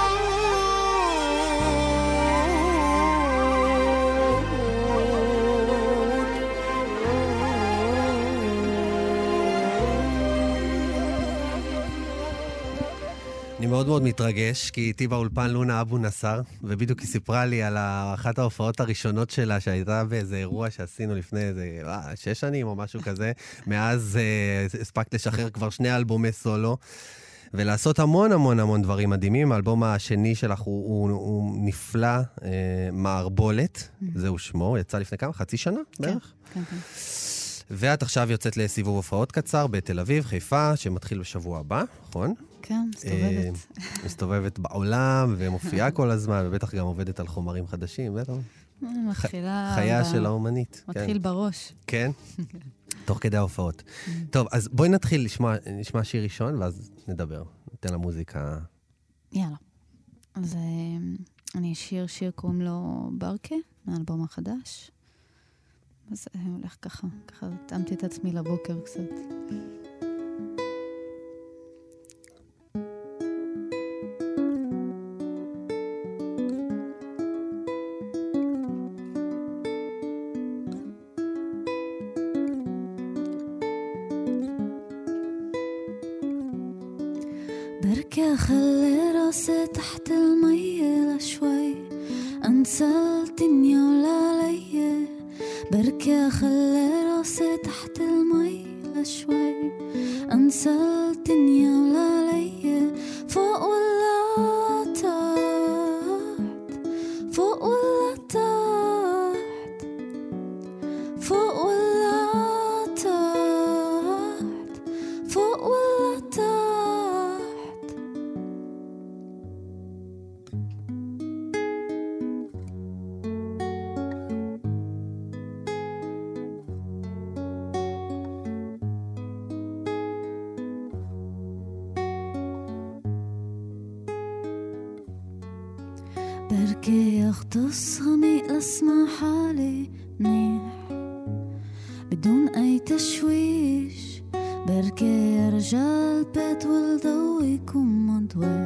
אני מאוד מאוד מתרגש, כי איתי באולפן לונה אבו נסר, ובדיוק היא סיפרה לי על אחת ההופעות הראשונות שלה, שהייתה באיזה אירוע שעשינו לפני איזה 6 שנים או משהו כזה. מאז הספקת לשחרר כבר 2 אלבומי סולו, ולעשות המון המון המון דברים מדהימים. האלבום השני שלך הוא נפלא, מערבולת, זהו שמו, יצא לפני כמה? חצי שנה בערך? כן, כן. ואת עכשיו יוצאת לסיבוב הופעות קצר בתל אביב, חיפה, שמתחיל בשבוע הבא, נכון? כן, מסתובבת. מסתובבת בעולם ומופיעה כל הזמן, ובטח גם עובדת על חומרים חדשים, בטח. מתחילה... חיה של האומנית. מתחיל בראש. כן? תוך כדי ההופעות. טוב, אז בואי נתחיל נשמע שיר ראשון, ואז נדבר. ניתן למוזיקה. יאללה. אז אני אשיר שיר קוראים לו ברקה, מהאלבום החדש. אז הולך ככה תאמתי את עצמי לבוקר קצת. بركة خلي راسي تحت المية لشوي أنسى الدنيا ولا لي. بركة خلي راسي تحت المية لشوي أنسى الدنيا ولا لي. فوق ولا تحت، فوق ولا تحت، فوق ولا تحت، فوق ولا تحت. بركي أغطس غميق لاسمع حالي منيح بدون أي تشويش. بركي أرجع البيت والضو يكون مضوي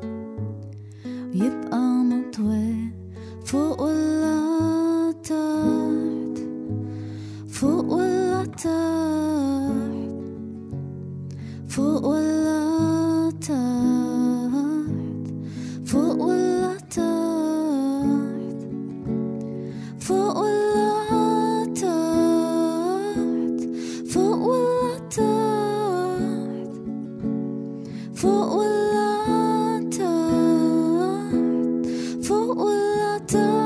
ويبقى مضوي. فوق ولا تحت، فوق ولا تحت، فوق ولا تحت، فوق ولا تحت، فوق ولا تحت، فوق ولا تحت، فوق ولا تحت، فوق ولا تحت.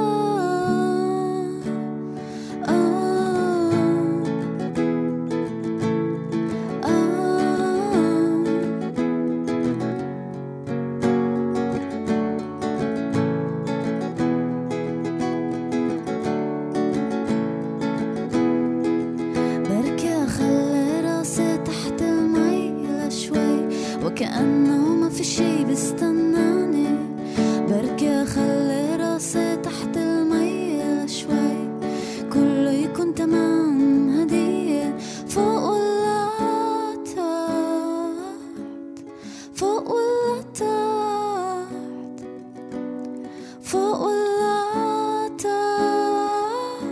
كأنه ما في شي بستناني بركي أخلي راسي تحت المية شوي كله يكون تمام هدية فوق ولا تحت فوق ولا تحت فوق ولا تحت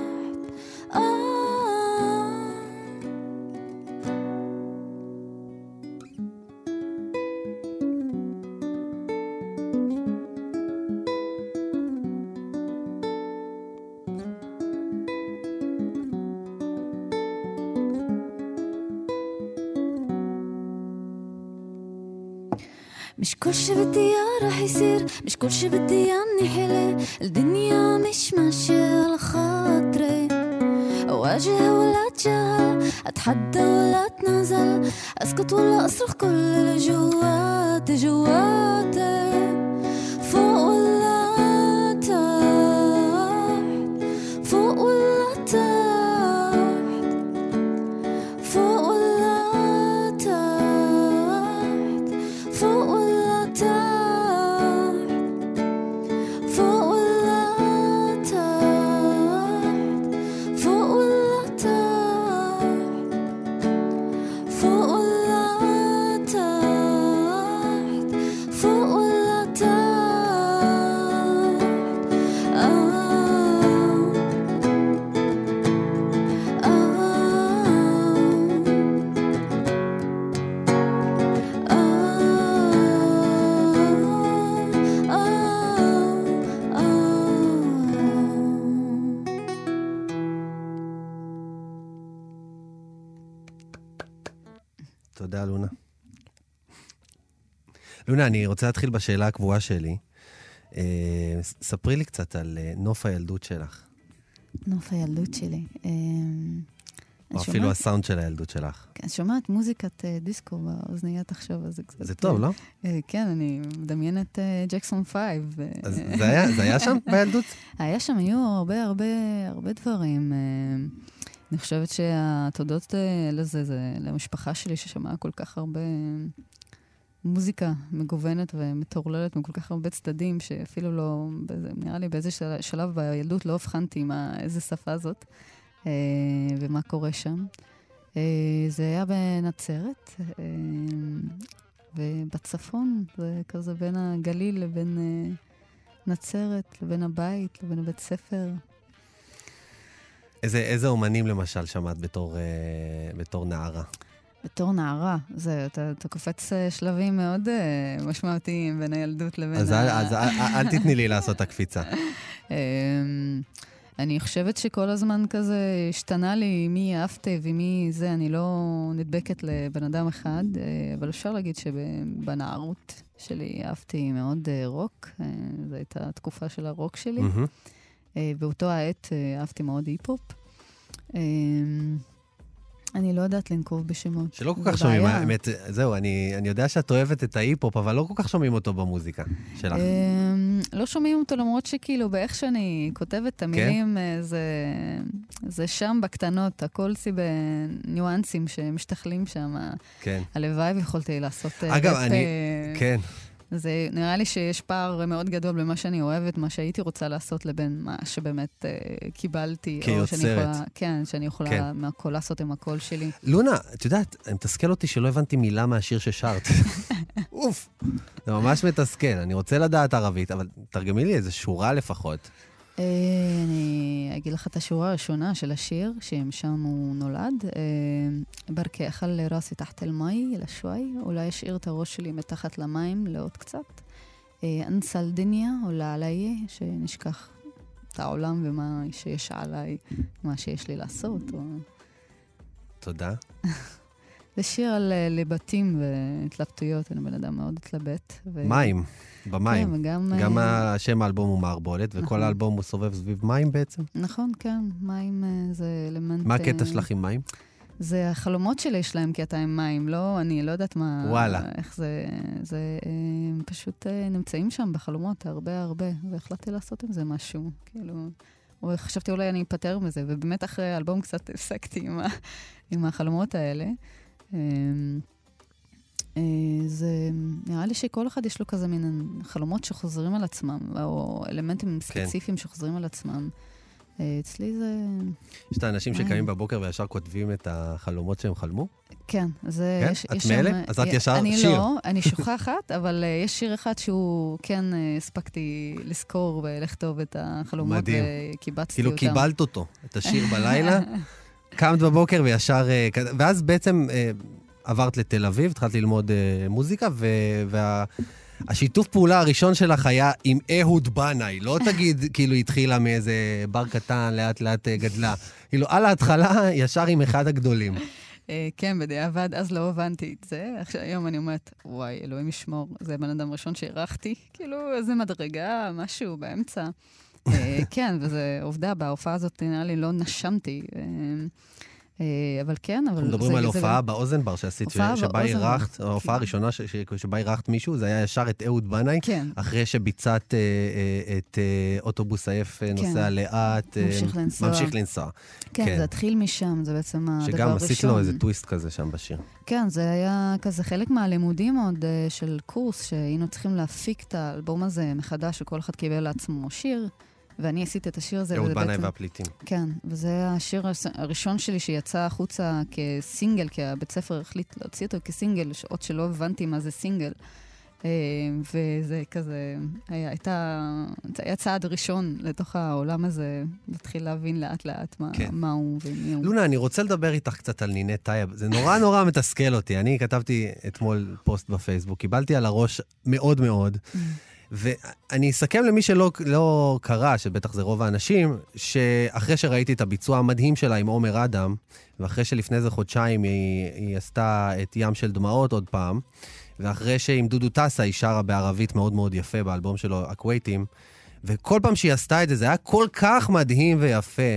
مش كل شي بدي اياه رح يصير مش كل شي بدي اياه حلي الدنيا مش ماشية على خاطري اواجه ولا اتجاهل اتحدى ولا اتنازل اسكت ولا اصرخ كل اللي جواتي جواتي فوق ولا تحت فوق ولا تحت فوق ولا تحت فوق ولا تحت فوق ولا تحت فوق ولا تحت فوق ولا تحت فوق ولا تحت תודה, לונה. לונה, אני רוצה להתחיל בשאלה הקבועה שלי. ספרי לי קצת על נוף הילדות שלך. נוף הילדות שלי. או אפילו הסאונד של הילדות שלך. כן, שומעת מוזיקת דיסקו באוזניית עכשיו, אז זה קצת... זה טוב, לא? כן, אני מדמיינת ג'קסון 5. אז זה היה שם בילדות? היה שם, היו הרבה דברים. אני חושבת שהתודות לזה, זה למשפחה שלי ששמעה כל כך הרבה מוזיקה מגוונת ומתורללת מכל כך הרבה צדדים, שאפילו לא, נראה לי באיזה שלב בילדות לא הבחנתי איזה שפה זאת ומה קורה שם. זה היה בנצרת, ובצפון, זה כזה בין הגליל לבין נצרת, לבין הבית, לבין הבית ספר. איזה אומנים למשל שמעת בתור נערה? בתור נערה, אתה קופץ שלבים מאוד משמעותיים בין הילדות לבין... אז אל תתני לי לעשות את הקפיצה. אני חושבת שכל הזמן כזה השתנה לי מי אהבתי ומי זה, אני לא נדבקת לבן אדם אחד, אבל אפשר להגיד שבנערות שלי אהבתי מאוד רוק, זו הייתה התקופה של הרוק שלי. באותו העת אהבתי מאוד היפ-הופ. אני לא יודעת לנקוב בשמות. שלא כל כך שומעים, האמת, זהו, אני יודע שאת אוהבת את ההיפ-הופ, אבל לא כל כך שומעים אותו במוזיקה שלך. לא שומעים אותו, למרות שכאילו, באיך שאני כותבת את המילים, זה שם בקטנות, הכל סי בניואנסים שמשתכלים שם. כן. הלוואי ויכולתי לעשות... אגב, כן. זה נראה לי שיש פער מאוד גדול במה שאני אוהבת, מה שהייתי רוצה לעשות לבין מה שבאמת קיבלתי. כיוצרת. כן, שאני יכולה מהכל לעשות עם הקול שלי. לונה, את יודעת, מתסכל אותי שלא הבנתי מילה מהשיר ששרת. אוף, זה ממש מתסכל. אני רוצה לדעת ערבית, אבל תרגמי לי איזה שורה לפחות. אני אגיד לך את השורה הראשונה של השיר, שמשם הוא נולד. ברכה אכל ראסי תחת אלמי לשווי, אולי אשאיר את הראש שלי מתחת למים לעוד קצת. אנסל דניה, עולה עליי, שנשכח את העולם ומה שיש עליי, מה שיש לי לעשות. תודה. זה שיר על לבטים והתלבטויות, אני בן אדם מאוד התלבט. מים. במים. כן, וגם... גם השם האלבום הוא מערבולת, וכל האלבום הוא סובב סביב מים בעצם? נכון, כן. מים זה אלמנט... מה הקטע שלך עם מים? זה החלומות שלי שלהם קטע עם מים, לא, אני לא יודעת מה... וואלה. איך זה פשוט נמצאים שם בחלומות הרבה, והחלטתי לעשות עם זה משהו, כאילו... וחשבתי אולי אני אפטר מזה, ובאמת אחרי האלבום קצת הפסקתי עם החלומות האלה. זה נראה לי שכל אחד יש לו כזה מין חלומות שחוזרים על עצמם, או אלמנטים ספציפיים שחוזרים על עצמם. אצלי זה... יש את האנשים שקמים בבוקר וישר כותבים את החלומות שהם חלמו? כן, זה... כן? את מאלה? אז את ישר אני שיר. אני לא, אני שוכחת, אבל יש שיר אחד שהוא כן הספקתי לזכור ולכתוב את החלומות, מדהים. וקיבצתי כאילו אותם. קיבלת אותו, את השיר בלילה, קמת בבוקר וישר... ואז בעצם עברת לתל אביב, התחלת ללמוד מוזיקה, השיתוף פעולה הראשון שלך היה עם אהוד בנאי. לא תגיד, כאילו, התחילה מאיזה בר קטן, לאט לאט גדלה. כאילו, על ההתחלה, ישר עם אחד הגדולים. כן, בדיעבד, אז לא הבנתי את זה. עכשיו, היום אני אומרת, וואי, אלוהים ישמור, זה בן אדם ראשון שהערכתי. כאילו, איזה מדרגה, משהו באמצע. כן, וזה עובדה, בהופעה הזאת נראה לי לא נשמתי. אבל כן, אבל... אנחנו מדברים על הופעה באוזנבר שעשית, שבה אירחת, ההופעה הראשונה שבה אירחת מישהו, זה היה ישר את אהוד בנאי, אחרי שביצעת את אוטובוס עייף נוסע לאט, ממשיך לנסוע. כן, זה התחיל משם, זה בעצם הדבר הראשון. שגם עשית לו איזה טוויסט כזה שם בשיר. כן, זה היה כזה חלק מהלימודים עוד של קורס, שהיינו צריכים להפיק את האלבום הזה מחדש, וכל אחד קיבל לעצמו שיר. ואני עשיתי את השיר הזה. אהוד בנאי והפליטים. כן, וזה היה השיר הראשון שלי שיצא החוצה כסינגל, כי הבית ספר החליט להוציא אותו כסינגל, שעות שלא הבנתי מה זה סינגל. וזה כזה, היה צעד ראשון לתוך העולם הזה, להתחיל להבין לאט לאט מה הוא ומי הוא. לונה, אני רוצה לדבר איתך קצת על נינת טייב. זה נורא נורא מתסכל אותי. אני כתבתי אתמול פוסט בפייסבוק, קיבלתי על הראש מאוד מאוד, ואני אסכם למי שלא קרא, שבטח זה רוב האנשים, שאחרי שראיתי את הביצוע המדהים שלה עם עומר אדם, ואחרי שלפני זה חודשיים היא עשתה את ים של דמעות עוד פעם, ואחרי שעם דודו טסה היא שרה בערבית מאוד מאוד יפה באלבום שלו, הקווייטים, וכל פעם שהיא עשתה את זה, זה היה כל כך מדהים ויפה,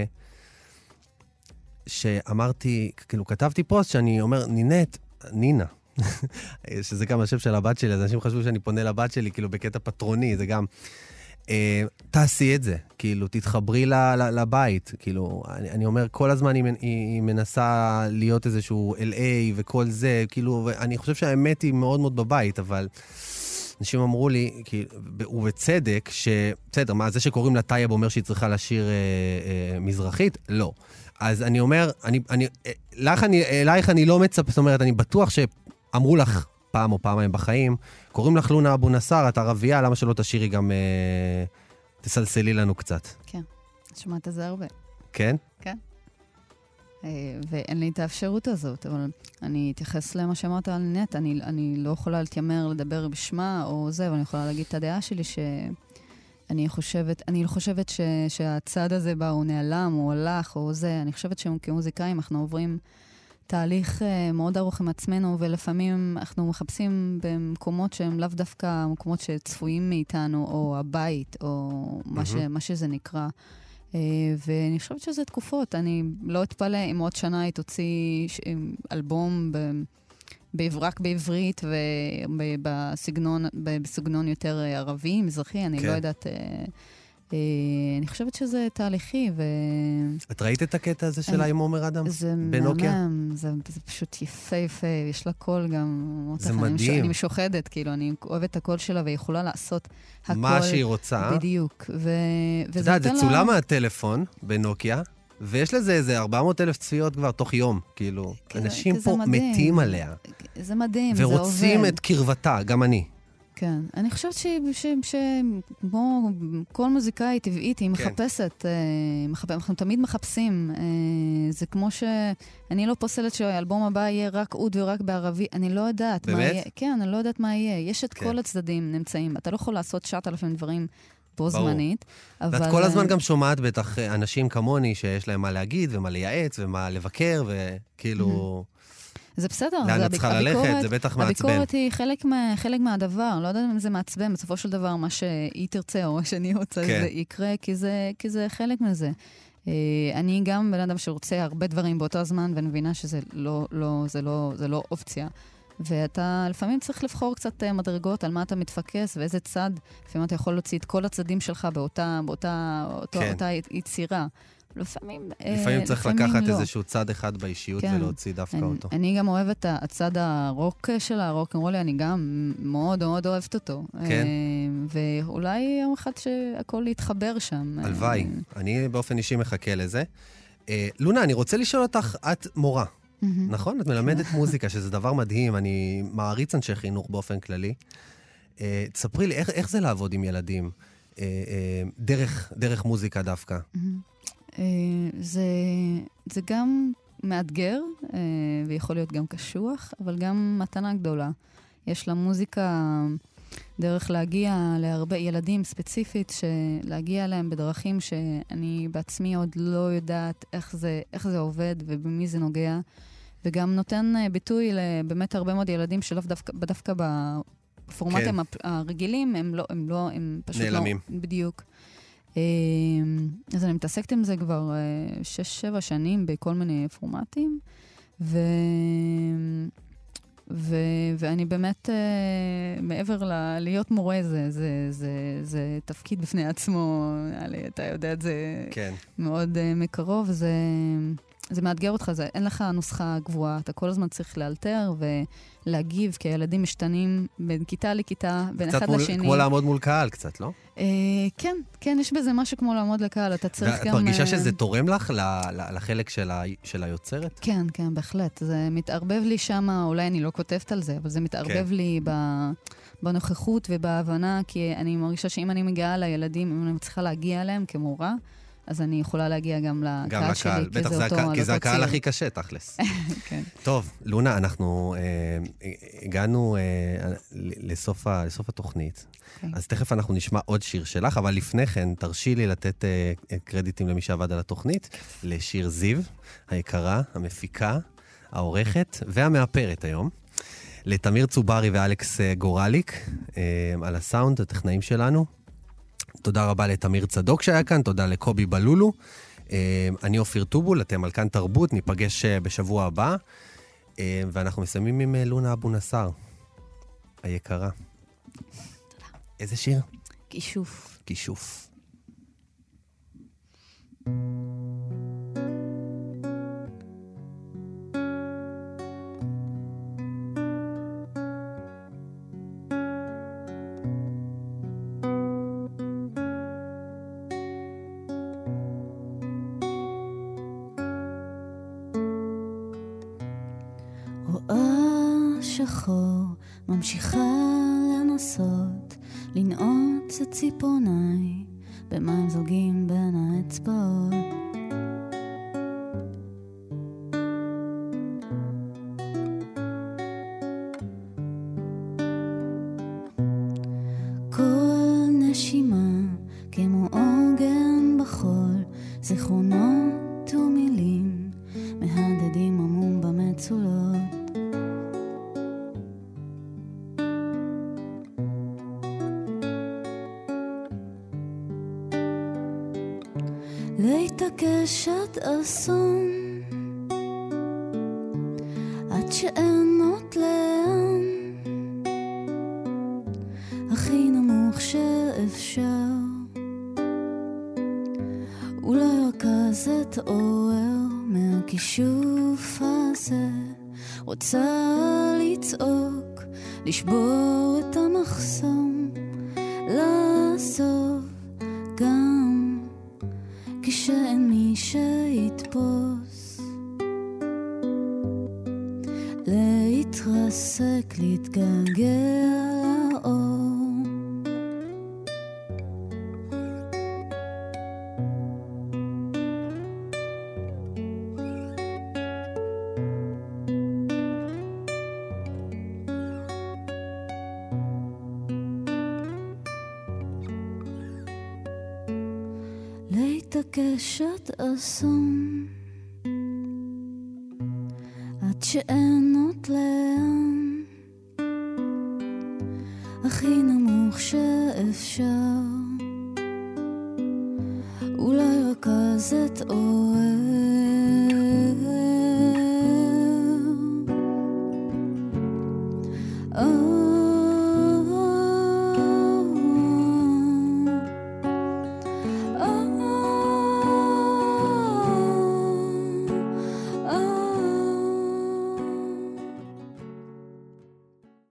שאמרתי, כאילו כתבתי פוסט שאני אומר, נינה, שזה גם השם של הבת שלי, אז אנשים חשבו שאני פונה לבת שלי, כאילו בקטע פטרוני, זה גם, תעשי את זה, כאילו, תתחברי לבית, כאילו, אני אומר, כל הזמן היא מנסה להיות איזשהו LA וכל זה, כאילו, אני חושב שהאמת היא מאוד מאוד בבית, אבל אנשים אמרו לי, ובצדק, בסדר, מה, זה שקוראים לה טייב אומר שהיא צריכה לשיר מזרחית? לא. אז אני אומר, אלייך אני לא מצפה, זאת אומרת, אני בטוח שאמרו לך פעם או פעמיים בחיים, קוראים לך לונה אבו נסאר, את ערבייה, למה שלא תשירי גם, תסלסלי לנו קצת. כן, שמעת זה הרבה. כן? כן. ואין לי את האפשרות הזאת, אבל אני אתייחס למה שאמרת על נט, אני לא יכולה להתיימר לדבר בשמה או זה, אבל אני יכולה להגיד את הדעה שלי אני לא חושבת שהצד הזה בה הוא נעלם, הוא הלך, או זה. אני חושבת שכמוזיקאים אנחנו עוברים תהליך מאוד ארוך עם עצמנו, ולפעמים אנחנו מחפשים במקומות שהם לאו דווקא מקומות שצפויים מאיתנו, או הבית, או מה שזה נקרא. ואני חושבת שזה תקופות. אני לא אתפלא אם עוד שנה היא תוציא אלבום רק בעברית ובסגנון יותר ערבי, מזרחי, אני לא יודעת. אני חושבת שזה תהליכי. את ראית את הקטע הזה שלה עם עומר אדם? בנוקיה? זה פשוט יפה יפה, יש לה קול גם. זה מדהים. אני משוחדת, כאילו, אני אוהבת את הקול שלה, והיא יכולה לעשות הכל. מה שהיא רוצה. בדיוק. אתה יודע, זה צולם מהטלפון בנוקיה, ויש לזה איזה 400,000 צפיות כבר תוך יום, כאילו, אנשים פה מתים עליה. זה מדהים, זה עובד. ורוצים את קרבתה, גם אני. כן, אני חושבת שכמו כל מוזיקאית טבעית, היא מחפשת, אנחנו תמיד מחפשים. זה כמו שאני לא פוסלת שהאלבום הבא יהיה רק אוד ורק בערבי, אני לא יודעת מה יהיה. כן, אני לא יודעת מה יהיה. יש את כל הצדדים נמצאים. אתה לא יכול לעשות 9,000 דברים בו זמנית. ואת כל הזמן גם שומעת בטח אנשים כמוני שיש להם מה להגיד ומה לייעץ ומה לבקר, וכאילו... זה בסדר. לאן את צריכה ללכת, זה בטח מעצבן. הביקורת היא חלק מהדבר. לא יודעת אם זה מעצבן, בסופו של דבר, מה שהיא תרצה או מה שאני רוצה, זה יקרה, כי זה חלק מזה. אני גם בן אדם שרוצה הרבה דברים באותו הזמן, ואני מבינה שזה לא אופציה. ואתה לפעמים צריך לבחור קצת מדרגות על מה אתה מתפקס ואיזה צד. לפעמים אתה יכול להוציא את כל הצדים שלך באותה יצירה. לפעמים לפעמים צריך לקחת לא. איזשהו צד אחד באישיות ולהוציא דווקא אותו. אני גם אוהבת את הצד הרוק של הרוק-אנד-רולי, אני גם מאוד מאוד אוהבת אותו. כן. ואולי יום אחד שהכל יתחבר שם. הלוואי, אני באופן אישי מחכה לזה. לונה, אני רוצה לשאול אותך, את מורה, נכון? את מלמדת מוזיקה, שזה דבר מדהים, אני מעריץ אנשי חינוך באופן כללי. תספרי לי, איך זה לעבוד עם ילדים? דרך מוזיקה דווקא. זה גם מאתגר, ויכול להיות גם קשוח, אבל גם מתנה גדולה. יש למוזיקה דרך להגיע להרבה ילדים ספציפית, להגיע אליהם בדרכים שאני בעצמי עוד לא יודעת איך זה עובד ובמי זה נוגע, וגם נותן ביטוי לבאמת הרבה מאוד ילדים שלא דווקא בפורמטים הרגילים, הם פשוט נעלמים. לא, בדיוק. אז אני מתעסקת עם זה כבר 6-7 שנים בכל מיני פורמטים, ואני באמת, מעבר להיות מורה, זה תפקיד בפני עצמו, אתה יודע את זה מאוד מקרוב, זה מאתגר אותך, אין לך נוסחה גבוהה, אתה כל הזמן צריך לאלתר ולהגיב, כי הילדים משתנים בין כיתה לכיתה, בין אחד לשני. קצת כמו לעמוד מול קהל קצת, לא? כן, יש בזה משהו כמו לעמוד לקהל, אתה צריך גם... ואת מרגישה שזה תורם לך לחלק של היוצרת? כן, בהחלט. זה מתערבב לי שם, אולי אני לא כותבת על זה, אבל זה מתערבב לי בנוכחות ובהבנה, כי אני מרגישה שאם אני מגיעה לילדים, אם אני מצליחה להגיע אליהם כמורה, אז אני יכולה להגיע גם לקהל שלי, בטח כי זה הקהל הכי קשה, תכלס. כן. טוב, לונה, אנחנו הגענו לסוף התוכנית, אז תכף אנחנו נשמע עוד שיר שלך, אבל לפני כן תרשי לי לתת קרדיטים למי שעבד על התוכנית, לשיר זיו, היקרה, המפיקה, העורכת והמאפרת היום, לתמיר צוברי ואלכס גורליק, על הסאונד, הטכנאים שלנו, תודה רבה לתמיר צדוק שהיה כאן, תודה לקובי בלולו. אני אופיר טובול, אתם על כאן תרבות, ניפגש בשבוע הבא, ואנחנו מסיימים עם לונה אבו נסאר, היקרה. תודה. איזה שיר? כישוף. כישוף. שחור ממשיכה לנסות לנעוץ את ציפורניי במים זוגים בין האצבעות, כל נשימה כמו עוגן בחול, זיכרונות ומילים מהדהדים עמום במצולות, להתעקש עד אסון, עד שאין עוד לאן, הכי נמוך שאפשר, אולי רק אז אתעורר מהכישוף הזה, רוצה לצעוק, לשבור את המחסום, לעזוב גם כשאין מי שיתפוס, להתרסק, להתגעגע לאור, להתעקש עד אסון, עד שאין עוד לאן, הכי נמוך שאפשר, אולי רק אז אתעורר, oh.